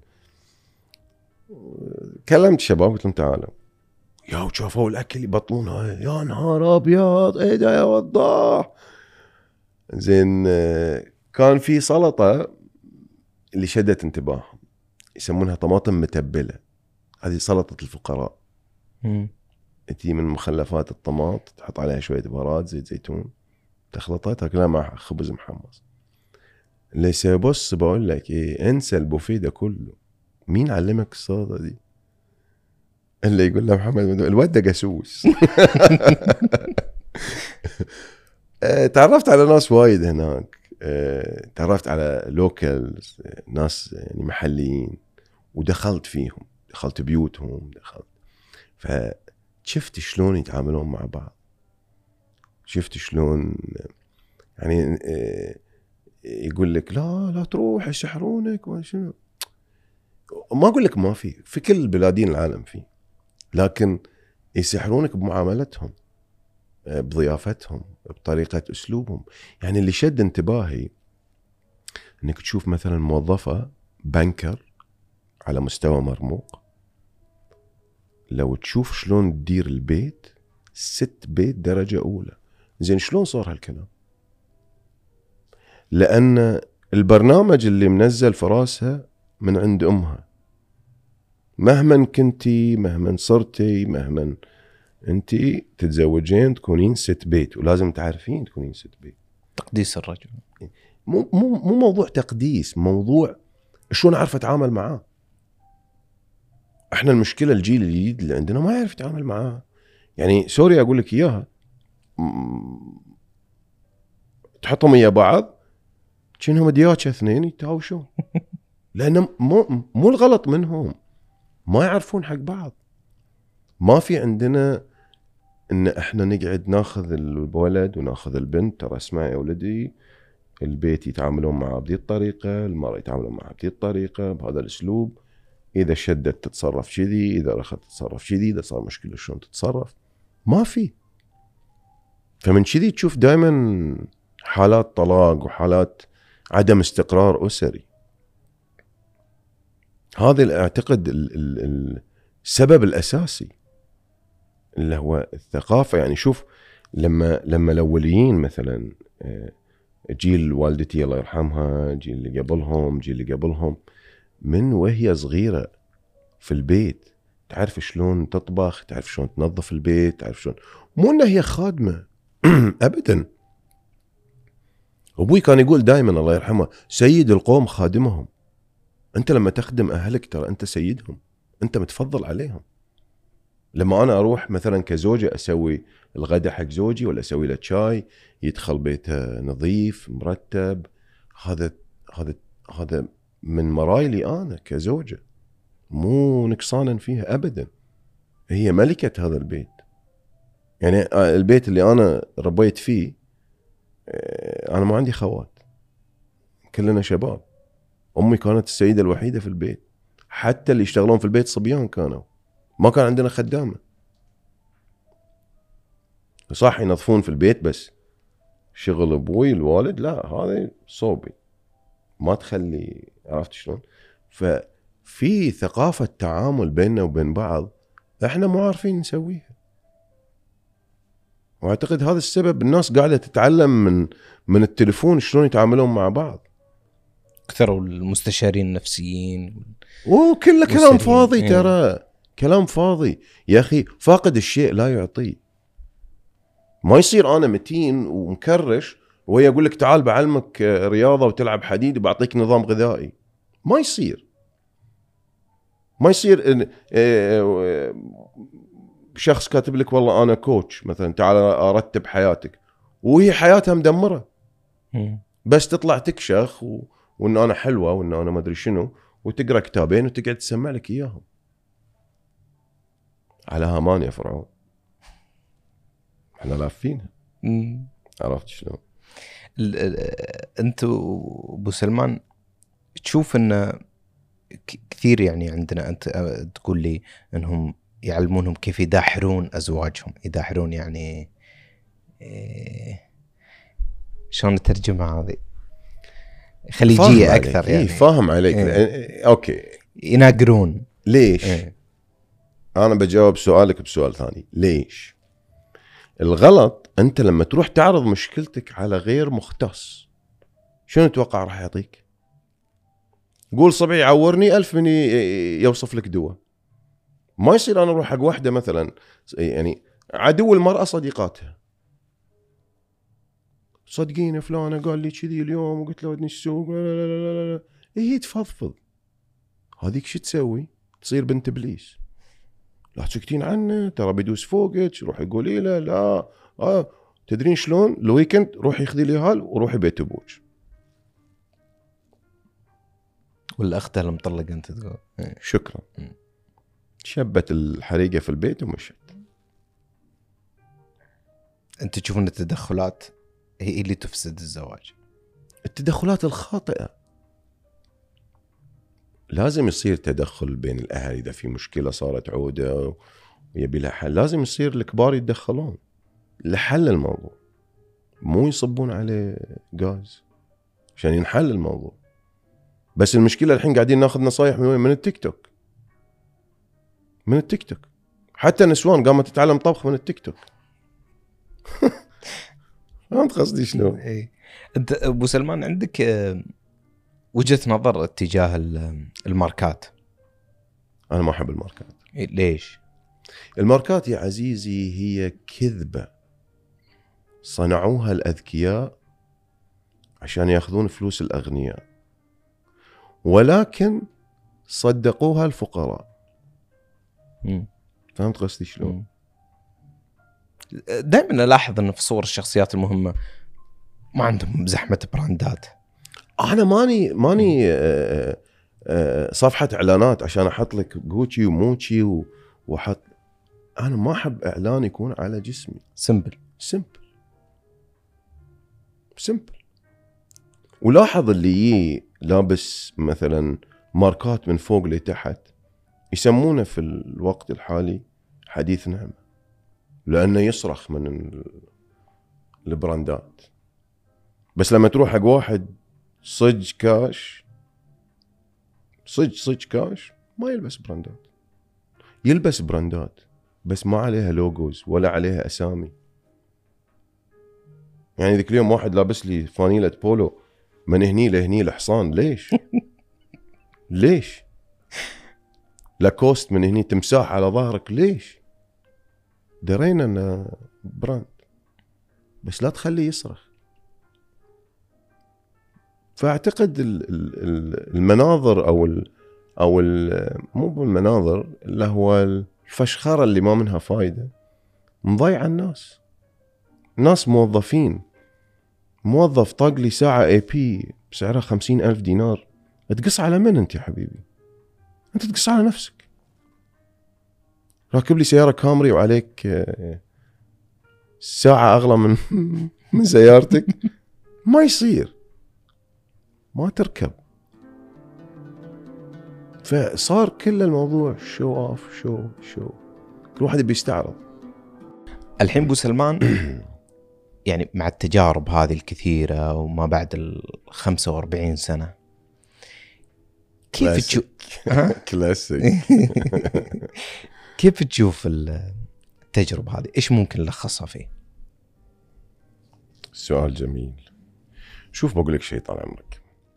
كلمت الشباب قلت لهم تعالوا، يا شافوا الاكل يبطلونها، يا نهار ابيض ايه ده يا وضاح. زين كان في سلطه اللي شدت انتباههم يسمونها طماطم متبله، هذه سلطه الفقراء. مم. تجي من مخلفات الطماط، تحط عليها شويه بهارات، زيت زيتون، تخلطها تاكلها مع خبز محمص. ليش بص بقول لك ايه، انسى البوفيه ده كله، مين علمك السلطه دي؟ اللي يقول له محمد الواد ده قسوس. تعرفت على ناس وايد هناك، تعرفت على لوكالز، ناس يعني محليين، ودخلت فيهم، دخلت بيوتهم، دخلت فشفت شلون يتعاملون مع بعض، شفت شلون يعني يقول لك لا لا تروح يسحرونك وشنو. ما اقول لك ما في، في كل بلادين العالم في، لكن يسحرونك بمعاملتهم، بضيافتهم، بطريقة أسلوبهم. يعني اللي شد انتباهي أنك تشوف مثلا موظفة بنكر على مستوى مرموق، لو تشوف شلون تدير البيت، ست بيت درجة أولى. زين شلون صار هالكلام؟ لأن البرنامج اللي منزل فراسها من عند أمها، مهما كنتي، مهما صرتي، مهما انتي تتزوجين تكونين ست بيت، ولازم تعرفين تكونين ست بيت. تقديس الرجل مو مو مو موضوع تقديس، موضوع شلون اعرف اتعامل معاه. احنا المشكله الجيل الجديد اللي عندنا ما يعرف يتعامل معاه. يعني سوري اقول لك اياها، تحطهم ويا بعض كأنهم دياچه اثنين يتهاوشون. لان مو مو الغلط منهم، ما يعرفون حق بعض. ما في عندنا ان احنا نقعد ناخذ الولد وناخذ البنت، ترى اسمعي يا ولدي، البيت يتعاملون معه بهذه الطريقه، المراه يتعاملون معها بهذه الطريقه، بهذا الاسلوب، اذا شدت تتصرف كذي، اذا رخت تتصرف كذي، اذا صار مشكله شلون تتصرف. ما في. فمن كذي تشوف دائما حالات طلاق وحالات عدم استقرار اسري. هذا اعتقد السبب الاساسي اللي هو الثقافه. يعني شوف لما لما الاوليين مثلا جيل والدتي الله يرحمها، جيل اللي قبلهم، جيل اللي قبلهم، من وهي صغيره في البيت تعرف شلون تطبخ، تعرف شلون تنظف البيت، تعرف شلون، مو انها هي خادمه ابدا. ابوي كان يقول دائما الله يرحمه، سيد القوم خادمهم. انت لما تخدم اهلك ترى انت سيدهم، انت متفضل عليهم. لما انا اروح مثلا كزوجة اسوي الغداء حق زوجي، ولا اسوي له شاي، يدخل بيته نظيف مرتب، هذا هذا هذا من مرايلي انا كزوجة، مو نقصانا فيها ابدا. هي ملكة هذا البيت. يعني البيت اللي انا ربيت فيه، انا ما عندي خوات، كلنا شباب. امي كانت السيدة الوحيدة في البيت، حتى اللي يشتغلون في البيت صبيان كانوا، ما كان عندنا خدامة. صح ينظفون في البيت بس شغل ابوي الوالد لا، هذا صوبي، ما تخلي، عرفت شلون؟ ففي ثقافة تعامل بيننا وبين بعض احنا مو عارفين نسويها. واعتقد هذا السبب الناس قاعدة تتعلم من من التليفون شلون يتعاملون مع بعض. كثروا المستشارين النفسيين وكله كلام فاضي، ترى كلام فاضي يا اخي. فاقد الشيء لا يعطيه. ما يصير انا متين ومكرش وهي يقول لك تعال بعلمك رياضه وتلعب حديد وبعطيك نظام غذائي. ما يصير. ما يصير شخص كاتب لك والله انا كوتش مثلا، تعال ارتب حياتك، وهي حياتها مدمره، بس تطلع تكشخ و... وان انا حلوه وان انا ما ادري شنو، وتقرا كتابين وتقعد تسمع لك اياهم على هامان يا فرعون. احنا لافينها. عرفت شلون؟ انت ابو سلمان تشوف ان كثير يعني عندنا، انت تقول لي انهم يعلمونهم كيف يداحرون ازواجهم، يداحرون يعني إيه شلون نترجمها هذه؟ خليجية أكثر يعني. يعني فاهم عليك. إيه. أوكي يناقرون. ليش؟ إيه. أنا بجاوب سؤالك بسؤال ثاني. ليش؟ الغلط أنت لما تروح تعرض مشكلتك على غير مختص، شنو تتوقع راح يعطيك؟ قول صبعي يعورني ألف من يوصف لك دواء. ما يصير أنا أروح حق واحدة مثلا يعني عدو المرأة صديقاتها، صدقيني فلانة قال لي كذي اليوم وقلت له ودني السوق، لا لا لا لا لا. هي تفضفض، هذيك شو تسوي؟ تصير بنت إبليس. لا تسكتين عنه ترى بيدوس فوقك، روحي قولي له لا. آه. تدرين شلون الويكند روحي خذي لي هال وروحي بيت أبوك. والأخت المطلقة أنت تقول شكرا. شبت الحريقة في البيت ومشت. أنت تشوف أن التدخلات هي اللي تفسد الزواج؟ التدخلات الخاطئة. لازم يصير تدخل بين الأهل إذا في مشكلة صارت عودة ويبي لها حل، لازم يصير الكبار يتدخلون لحل الموضوع، مو يصبون عليه غاز عشان ينحل الموضوع. بس المشكلة الحين قاعدين ناخذ نصايح من وين؟ من التيك توك. من التيك توك حتى نسوان قامت تتعلم طبخ من التيك توك. فهمت قصدي شلون؟ إيه. أنت أبو سلمان عندك وجهة نظر اتجاه الماركات؟ أنا ما أحب الماركات. إيه ليش؟ الماركات يا عزيزي هي كذبة صنعوها الأذكياء عشان يأخذون فلوس الأغنياء، ولكن صدقوها الفقراء. مم. فهمت قصدي شلون؟ دائما ألاحظ أن في صور الشخصيات المهمة ما عندهم زحمة براندات. أنا ماني ماني آه آه صفحة إعلانات عشان أحط لك جوتشي وموتشي وحط. أنا ما أحب إعلان يكون على جسمي. سمبل سمبل سمبل. ولاحظ اللي يي لابس مثلا ماركات من فوق لتحت يسمونه في الوقت الحالي حديث نعمة، لأنه يصرخ من البراندات. بس لما تروح حق واحد صج كاش، صج صج كاش، ما يلبس براندات. يلبس براندات بس ما عليها لوجوز ولا عليها أسامي. يعني ذيك اليوم واحد لابس لي فانيلة بولو من هني لهني لحصان. ليش؟ ليش؟ لاكوست من هني تمساح على ظهرك. ليش؟ درينا انه براند بس لا تخليه يصرخ. فاعتقد المناظر او ال او ال مو بالمناظر اللي هو الفشخره اللي ما منها فايده مضيعه الناس. ناس موظفين، موظف طاق لي ساعه اي بي بسعرها خمسين ألف دينار، تقص على من انت يا حبيبي؟ انت تقص على نفسك. راكب لي سياره كامري وعليك ساعه اغلى من من سيارتك. ما يصير، ما تركب. فصار كل الموضوع شو اوف شو شو كل واحد بيستعرض. الحين ابو سلمان يعني مع التجارب هذه الكثيرة وما بعد الخمسة وأربعين سنة كيف تشوف كلاسيك كيف تشوف التجربة هذه؟ إيش ممكن نلخصها فيه؟ سؤال جميل. شوف بقول لك شيء طال عمرك،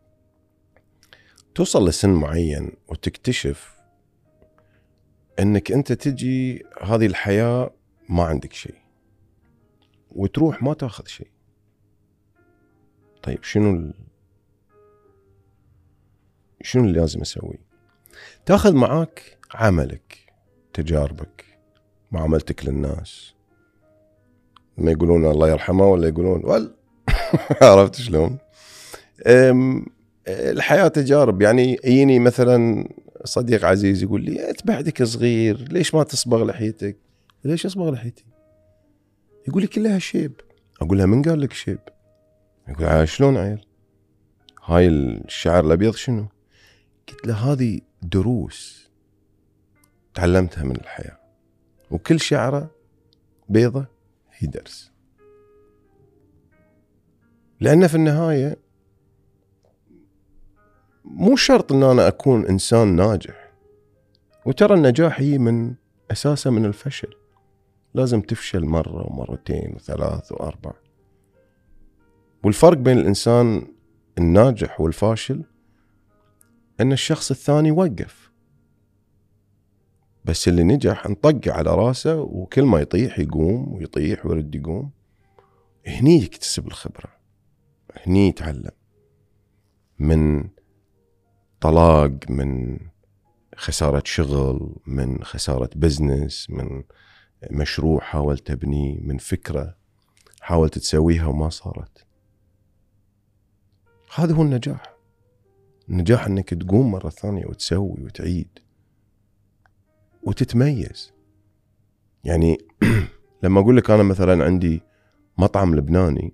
توصل لسن معين وتكتشف انك انت تجي هذه الحياة ما عندك شيء وتروح ما تاخذ شيء. طيب شنو ال... شنو اللي لازم اسوي؟ تاخذ معاك عملك، تجاربك، معاملتك للناس، ما يقولون الله يرحمه ولا يقولون وال عرفت شلون؟ الحياة تجارب. يعني يجيني مثلا صديق عزيز يقول لي انت بعدك صغير ليش ما تصبغ لحيتك؟ ليش اصبغ لحيتي؟ يقول لي كلها شيب. اقول له من قال لك شيب؟ يقول عا شلون عيل هاي الشعر الابيض شنو؟ قلت له هذه دروس تعلمتها من الحياة، وكل شعرة بيضة هي درس. لأن في النهاية مو شرط أن أنا أكون إنسان ناجح، وترى النجاح هي من أساسه من الفشل. لازم تفشل مرة ومرتين وثلاث وأربع. والفرق بين الإنسان الناجح والفاشل أن الشخص الثاني وقف، بس اللي نجح انطق على راسه، وكل ما يطيح يقوم ويطيح ويرد يقوم. هني يكتسب الخبرة، هني يتعلم من طلاق، من خسارة شغل، من خسارة بزنس، من مشروع حاولت تبنيه، من فكرة حاولت تسويها وما صارت. هذا هو النجاح. النجاح انك تقوم مرة ثانية وتسوي وتعيد وتتميز. يعني لما اقول لك انا مثلا عندي مطعم لبناني،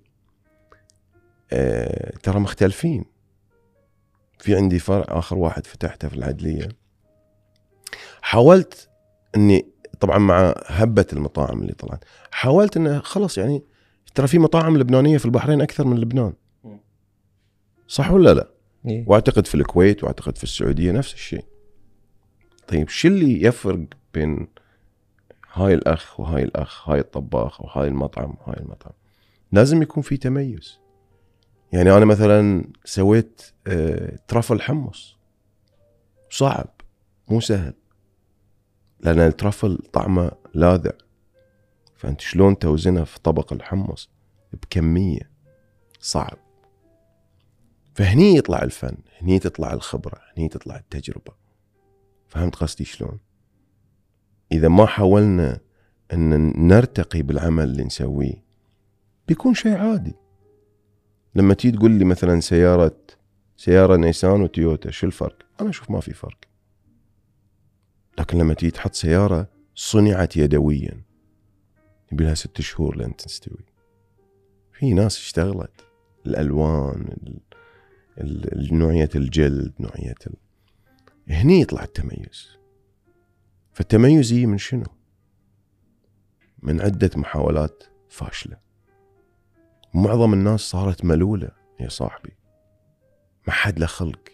اه ترى مختلفين. في عندي فرع اخر واحد فتحته في العدلية. حاولت اني طبعا مع هبة المطاعم اللي طلعت، حاولت انه خلص يعني ترى في مطاعم لبنانية في البحرين اكثر من لبنان، صح ولا لا؟ إيه. واعتقد في الكويت واعتقد في السعودية نفس الشيء. طيب شو اللي يفرق بين هاي الأخ وهاي الأخ، هاي الطباخ وهاي المطعم وهاي المطعم؟ لازم يكون في تميز. يعني أنا مثلا سويت اه ترافل حمص، صعب مو سهل، لأن الترافل طعمه لاذع، فأنت شلون توزنه في طبق الحمص بكمية؟ صعب. فهني يطلع الفن، هني تطلع الخبرة، هني تطلع التجربة. فهمت قصدي شلون؟ إذا ما حاولنا أن نرتقي بالعمل اللي نسويه بيكون شيء عادي. لما تيجي تقول لي مثلا سيارة سيارة نيسان وتويوتا شو الفرق؟ أنا أشوف ما في فرق. لكن لما تيجي تحط سيارة صنعت يدويا يبي لها ست شهور لين تستوي، في ناس اشتغلت الألوان، نوعية الجلد، نوعية ال... هني يطلع التميز. فالتميز يجي من شنو؟ من عدة محاولات فاشلة. معظم الناس صارت ملولة يا صاحبي، ما حد له خلق.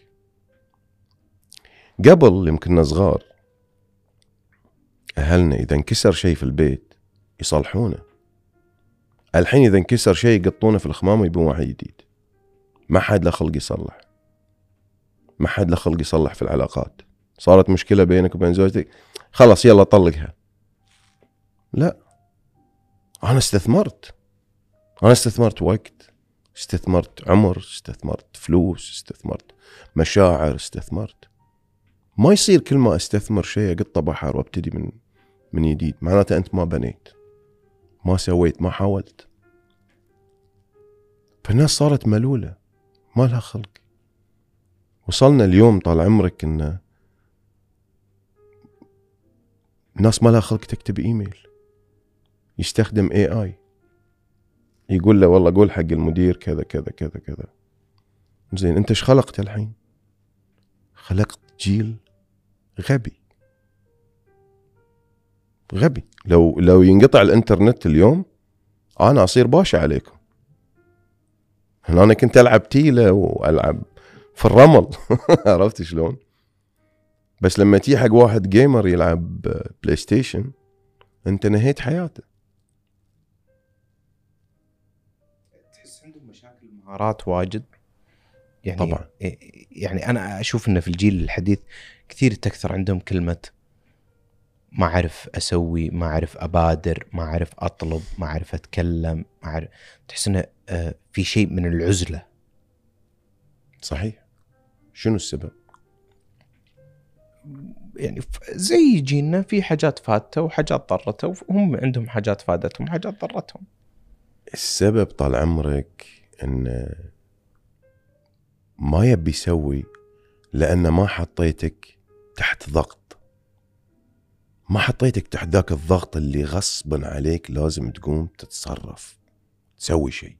قبل يمكننا صغار أهلنا إذا انكسر شيء في البيت يصلحونه. الحين إذا انكسر شيء يقطونه في الخمام ويبون واحد جديد. ما حد له خلق يصلح، ما حد له خلق يصلح في العلاقات. صارت مشكلة بينك وبين زوجتك، خلاص يلا طلقها. لا، أنا استثمرت أنا استثمرت وقت، استثمرت عمر، استثمرت فلوس، استثمرت مشاعر، استثمرت. ما يصير كل ما استثمر شيء أقطه بحر وابتدي من من جديد. معناته أنت ما بنيت، ما سويت، ما حاولت. فالناس صارت ملولة ما لها خلق. وصلنا اليوم طال عمرك إن الناس ما لها خلق تكتب إيميل، يستخدم إيه آي يقول له والله قول حق المدير كذا كذا كذا كذا. زين أنت إيش خلقت الحين؟ خلقت جيل غبي غبي. لو لو ينقطع الإنترنت اليوم أنا أصير باشا عليكم. هنا أنا كنت ألعب تيلة وألعب في الرمل عرفت شلون؟ بس لما تيجي حق واحد جيمر يلعب بلاي ستيشن أنت نهيت حياته. تحس عندهم مشاكل مهارات واجد يعني. طبعا يعني أنا أشوف إن في الجيل الحديث كثير تكثر عندهم كلمة ما أعرف أسوي، ما أعرف أبادر، ما أعرف أطلب، ما أعرف أتكلم، ما أعرف. تحس إنه في شيء من العزلة. صحيح. شنو السبب؟ يعني زي جيلنا في حاجات فاتته وحاجات ضرته، وهم عندهم حاجات فادتهم وحاجات ضرتهم. السبب طال عمرك إن ما يبي يسوي لأن ما حطيتك تحت ضغط، ما حطيتك تحت ذاك الضغط اللي غصبا عليك لازم تقوم تتصرف تسوي شيء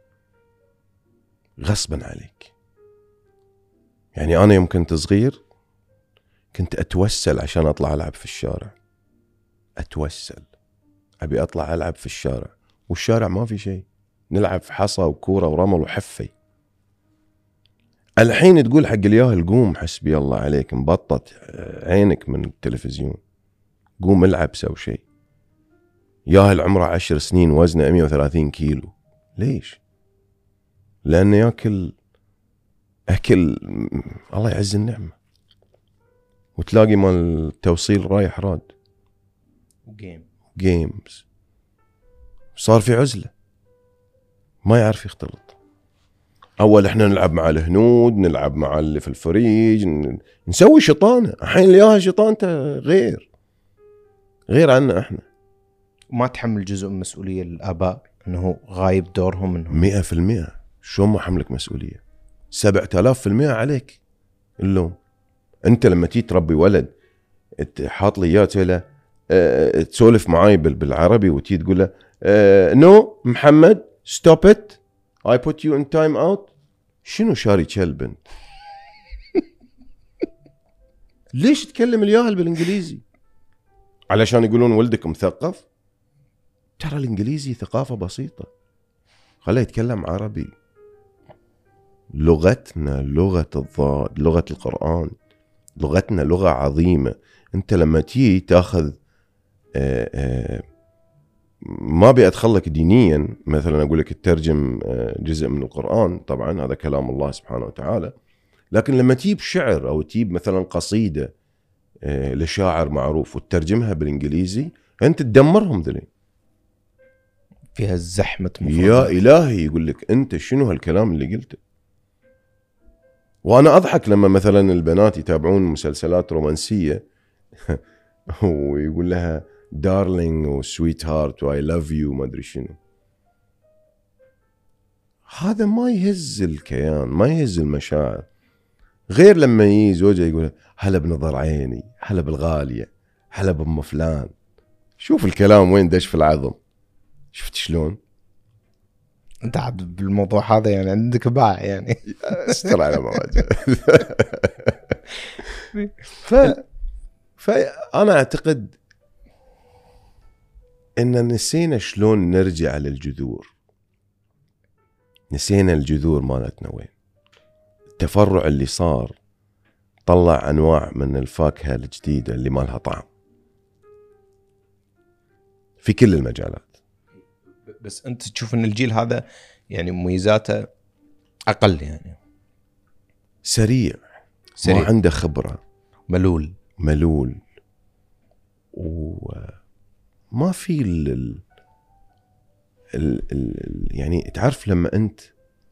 غصبا عليك. يعني أنا يوم كنت صغير كنت أتوسل عشان أطلع ألعب في الشارع، أتوسل أبي أطلع ألعب في الشارع، والشارع ما في شيء، نلعب في حصى وكورة ورمل وحفي. الحين تقول حق الياهل قوم حسبي الله عليك مبطط عينك من التلفزيون، قوم العب سوي شيء. ياهل عمره عشر سنين وزنه مية وثلاثين كيلو، ليش؟ لأنه يأكل أكل الله يعز النعمة، وتلاقي مال التوصيل رايح راد وجيم جيمز، صار في عزلة ما يعرف يختلط. أول إحنا نلعب مع الهنود، نلعب مع اللي في الفريج، نسوي شيطانة. الحين الياهل شيطانته غير غير عنا إحنا. وما تحمل جزء من مسؤولية الآباء أنه غايب دورهم منهم؟ مئة في المئة. شو ما حملك مسؤولية؟ سبعة آلاف في المئة عليك اللوم. أنت لما تيجي تربي ولد حاط لي إياه تسوله أه تسولف معاي بالعربي وتيجي تقول له أه نو محمد ستوب ات I put you in time out، شنو شاري كلب انت؟ ليش تكلم الياهل بالانجليزي؟ علشان يقولون ولدك مثقف؟ ترى الانجليزي ثقافة بسيطة، خليه يتكلم عربي. لغتنا لغة الضاد، لغة القرآن، لغتنا لغة عظيمة. انت لما تيجي تاخذ آآ آآ ما بي أدخلك دينيا، مثلا أقول لك الترجم جزء من القرآن، طبعا هذا كلام الله سبحانه وتعالى، لكن لما تجيب شعر أو تجيب مثلا قصيدة لشاعر معروف وتترجمها بالإنجليزي، أنت تدمرهم ذلين فيها الزحمة مفردات. يا إلهي، يقول لك أنت شنو هالكلام اللي قلته. وأنا أضحك لما مثلا البنات يتابعون مسلسلات رومانسية ويقول لها دارلينج وسويت هارت واي لاف يو ما ادري شنو. هذا ما يهز الكيان، ما يهز المشاعر. غير لما يجي زوجها يقول هلا بنظر عيني، هلا بالغاليه، هلا بام فلان. شوف الكلام وين دش في العظم. شفت شلون انت عاد بالموضوع هذا يعني عندك باع يعني استر على مواجهه. ف فانا اعتقد إن نسينا شلون نرجع للجذور. نسينا الجذور مالتنا وين. التفرع اللي صار طلع أنواع من الفاكهة الجديدة اللي ما لها طعم في كل المجالات. بس أنت تشوف إن الجيل هذا يعني مميزاته أقل، يعني سريع, سريع. ما عنده خبرة، ملول ملول و ما في ال ال ال ال يعني تعرف لما أنت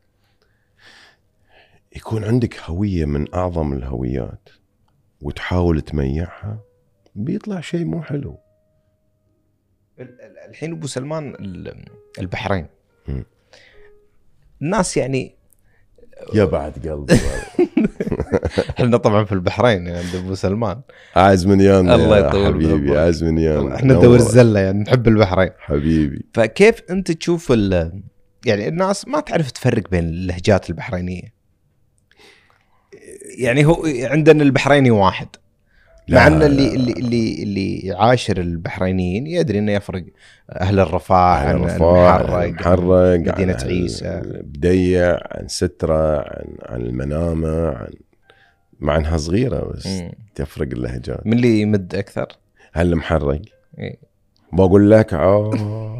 يكون عندك هوية من أعظم الهويات وتحاول تميعها، بيطلع شيء مو حلو. الحين أبو سلمان البحرين م. الناس يعني يا بعد قلبي احنا طبعا في البحرين عند ابو سلمان عايز من يانا الله يطول حبيبي، عايز من يانا، احنا ندور الزله يعني نحب البحرين حبيبي. فكيف انت تشوف يعني الناس ما تعرف تفرق بين اللهجات البحرينيه؟ يعني هو عندنا البحريني واحد، مع ان اللي اللي اللي اللي يعاشر البحرينيين يدري انه يفرق اهل الرفاع عن المحرق، محرق مدينه عيسى، بديع، عن سترة، عن عن المنامه، عن مع انها صغيره بس م. تفرق اللهجات. من اللي يمد اكثر؟ هل محرق إيه؟ بقول لك اه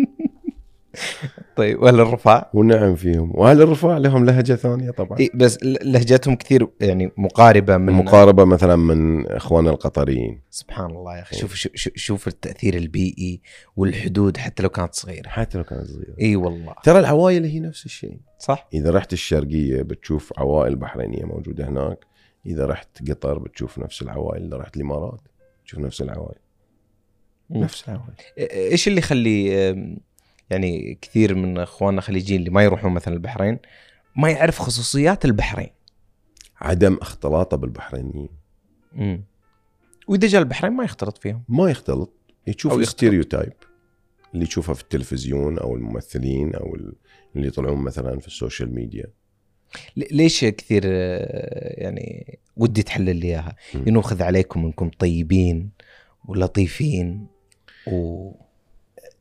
طيب واهل الرفاع؟ ونعم فيهم، واهل الرفاع لهم لهجه ثانيه طبعا. إيه بس لهجتهم كثير يعني مقاربه من مقاربه مثلا من اخواننا القطريين. سبحان الله يا اخي. إيه؟ شوف شوف التاثير البيئي والحدود حتى لو كانت صغيره، حتى لو كانت صغيره. اي والله ترى العوائل هي نفس الشيء، صح. اذا رحت الشرقيه بتشوف عوائل بحرينيه موجوده هناك، اذا رحت قطر بتشوف نفس العوائل، اذا رحت الامارات تشوف نفس العوائل. م. نفس العوائل. ايش اللي يخلي يعني كثير من اخواننا الخليجيين اللي ما يروحون مثلا البحرين ما يعرف خصوصيات البحرين؟ عدم اختلاطه بالبحرينيين. امم واذا جاء البحرين ما يختلط فيهم، ما يختلط، يشوف الستيريوتايب اللي يشوفها في التلفزيون او الممثلين او اللي يطلعون مثلا في السوشيال ميديا. ليش كثير يعني ودي تحلل لي اياها، ينوخذ عليكم انكم طيبين ولطيفين و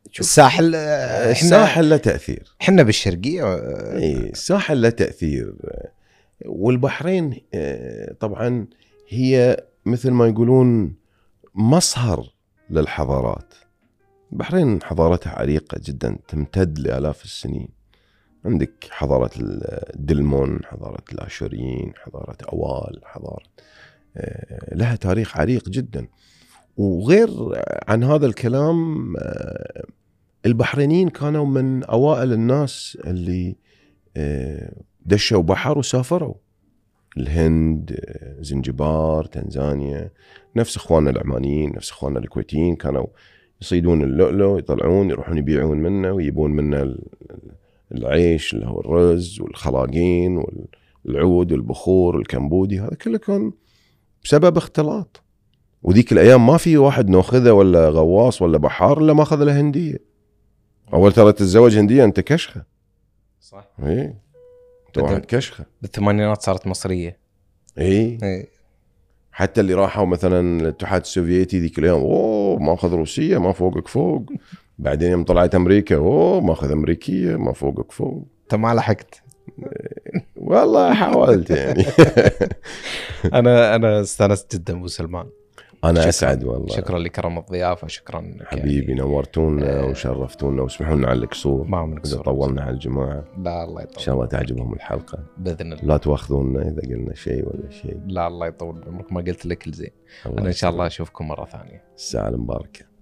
الساحل آه، الساحل له تأثير. احنا بالشرقية اي الساحل له تأثير. والبحرين طبعا هي مثل ما يقولون مصهر للحضارات. البحرين حضارتها عريقة جدا تمتد لآلاف السنين. عندك حضارة الدلمون، حضارة الآشوريين، حضارة أوال، حضارة لها تاريخ عريق جدا. وغير عن هذا الكلام البحرينيين كانوا من أوائل الناس اللي دشوا بحر وسافروا الهند، زنجبار، تنزانيا. نفس اخواننا العمانيين، نفس اخواننا الكويتيين كانوا يصيدون اللؤلؤ، يطلعون يروحون يبيعون منه ويجيبون منه العيش اللي هو الرز والخلاقين والعود والبخور والكمبودي. هذا كله كان بسبب اختلاط. وذيك الايام ما في واحد ناخذه ولا غواص ولا بحار الا ما اخذ له هنديه. اول ترى تتزوج هنديه انت كشخه. صح. اي انت واحد كشخه. بالثمانينات صارت مصريه. اي, أي. حتى اللي راحوا مثلا الاتحاد السوفيتي ذيك الايام، اوه ما اخذ روسيه ما فوقك فوق. بعدين يوم طلعت امريكا، اوه ما اخذ امريكيه ما فوقك فوق. انت ما لحقت. والله حاولت يعني. انا انا استانست جدا ابو سلمان. انا اسعد والله. شكرا لكرم الضيافه. شكرا حبيبي يعني. نورتونا آه وشرفتونا واسمحوا لنا على القصور. ما من قصور. طولنا على الجماعه. لا الله يطول. ان شاء الله تعجبهم الحلقه باذن الله. لا تواخذونا اذا قلنا شيء ولا شيء. لا الله يطول عمرك ما قلت لك الزين. انا ان شاء الله اشوفكم مره ثانيه. الساعه المباركه.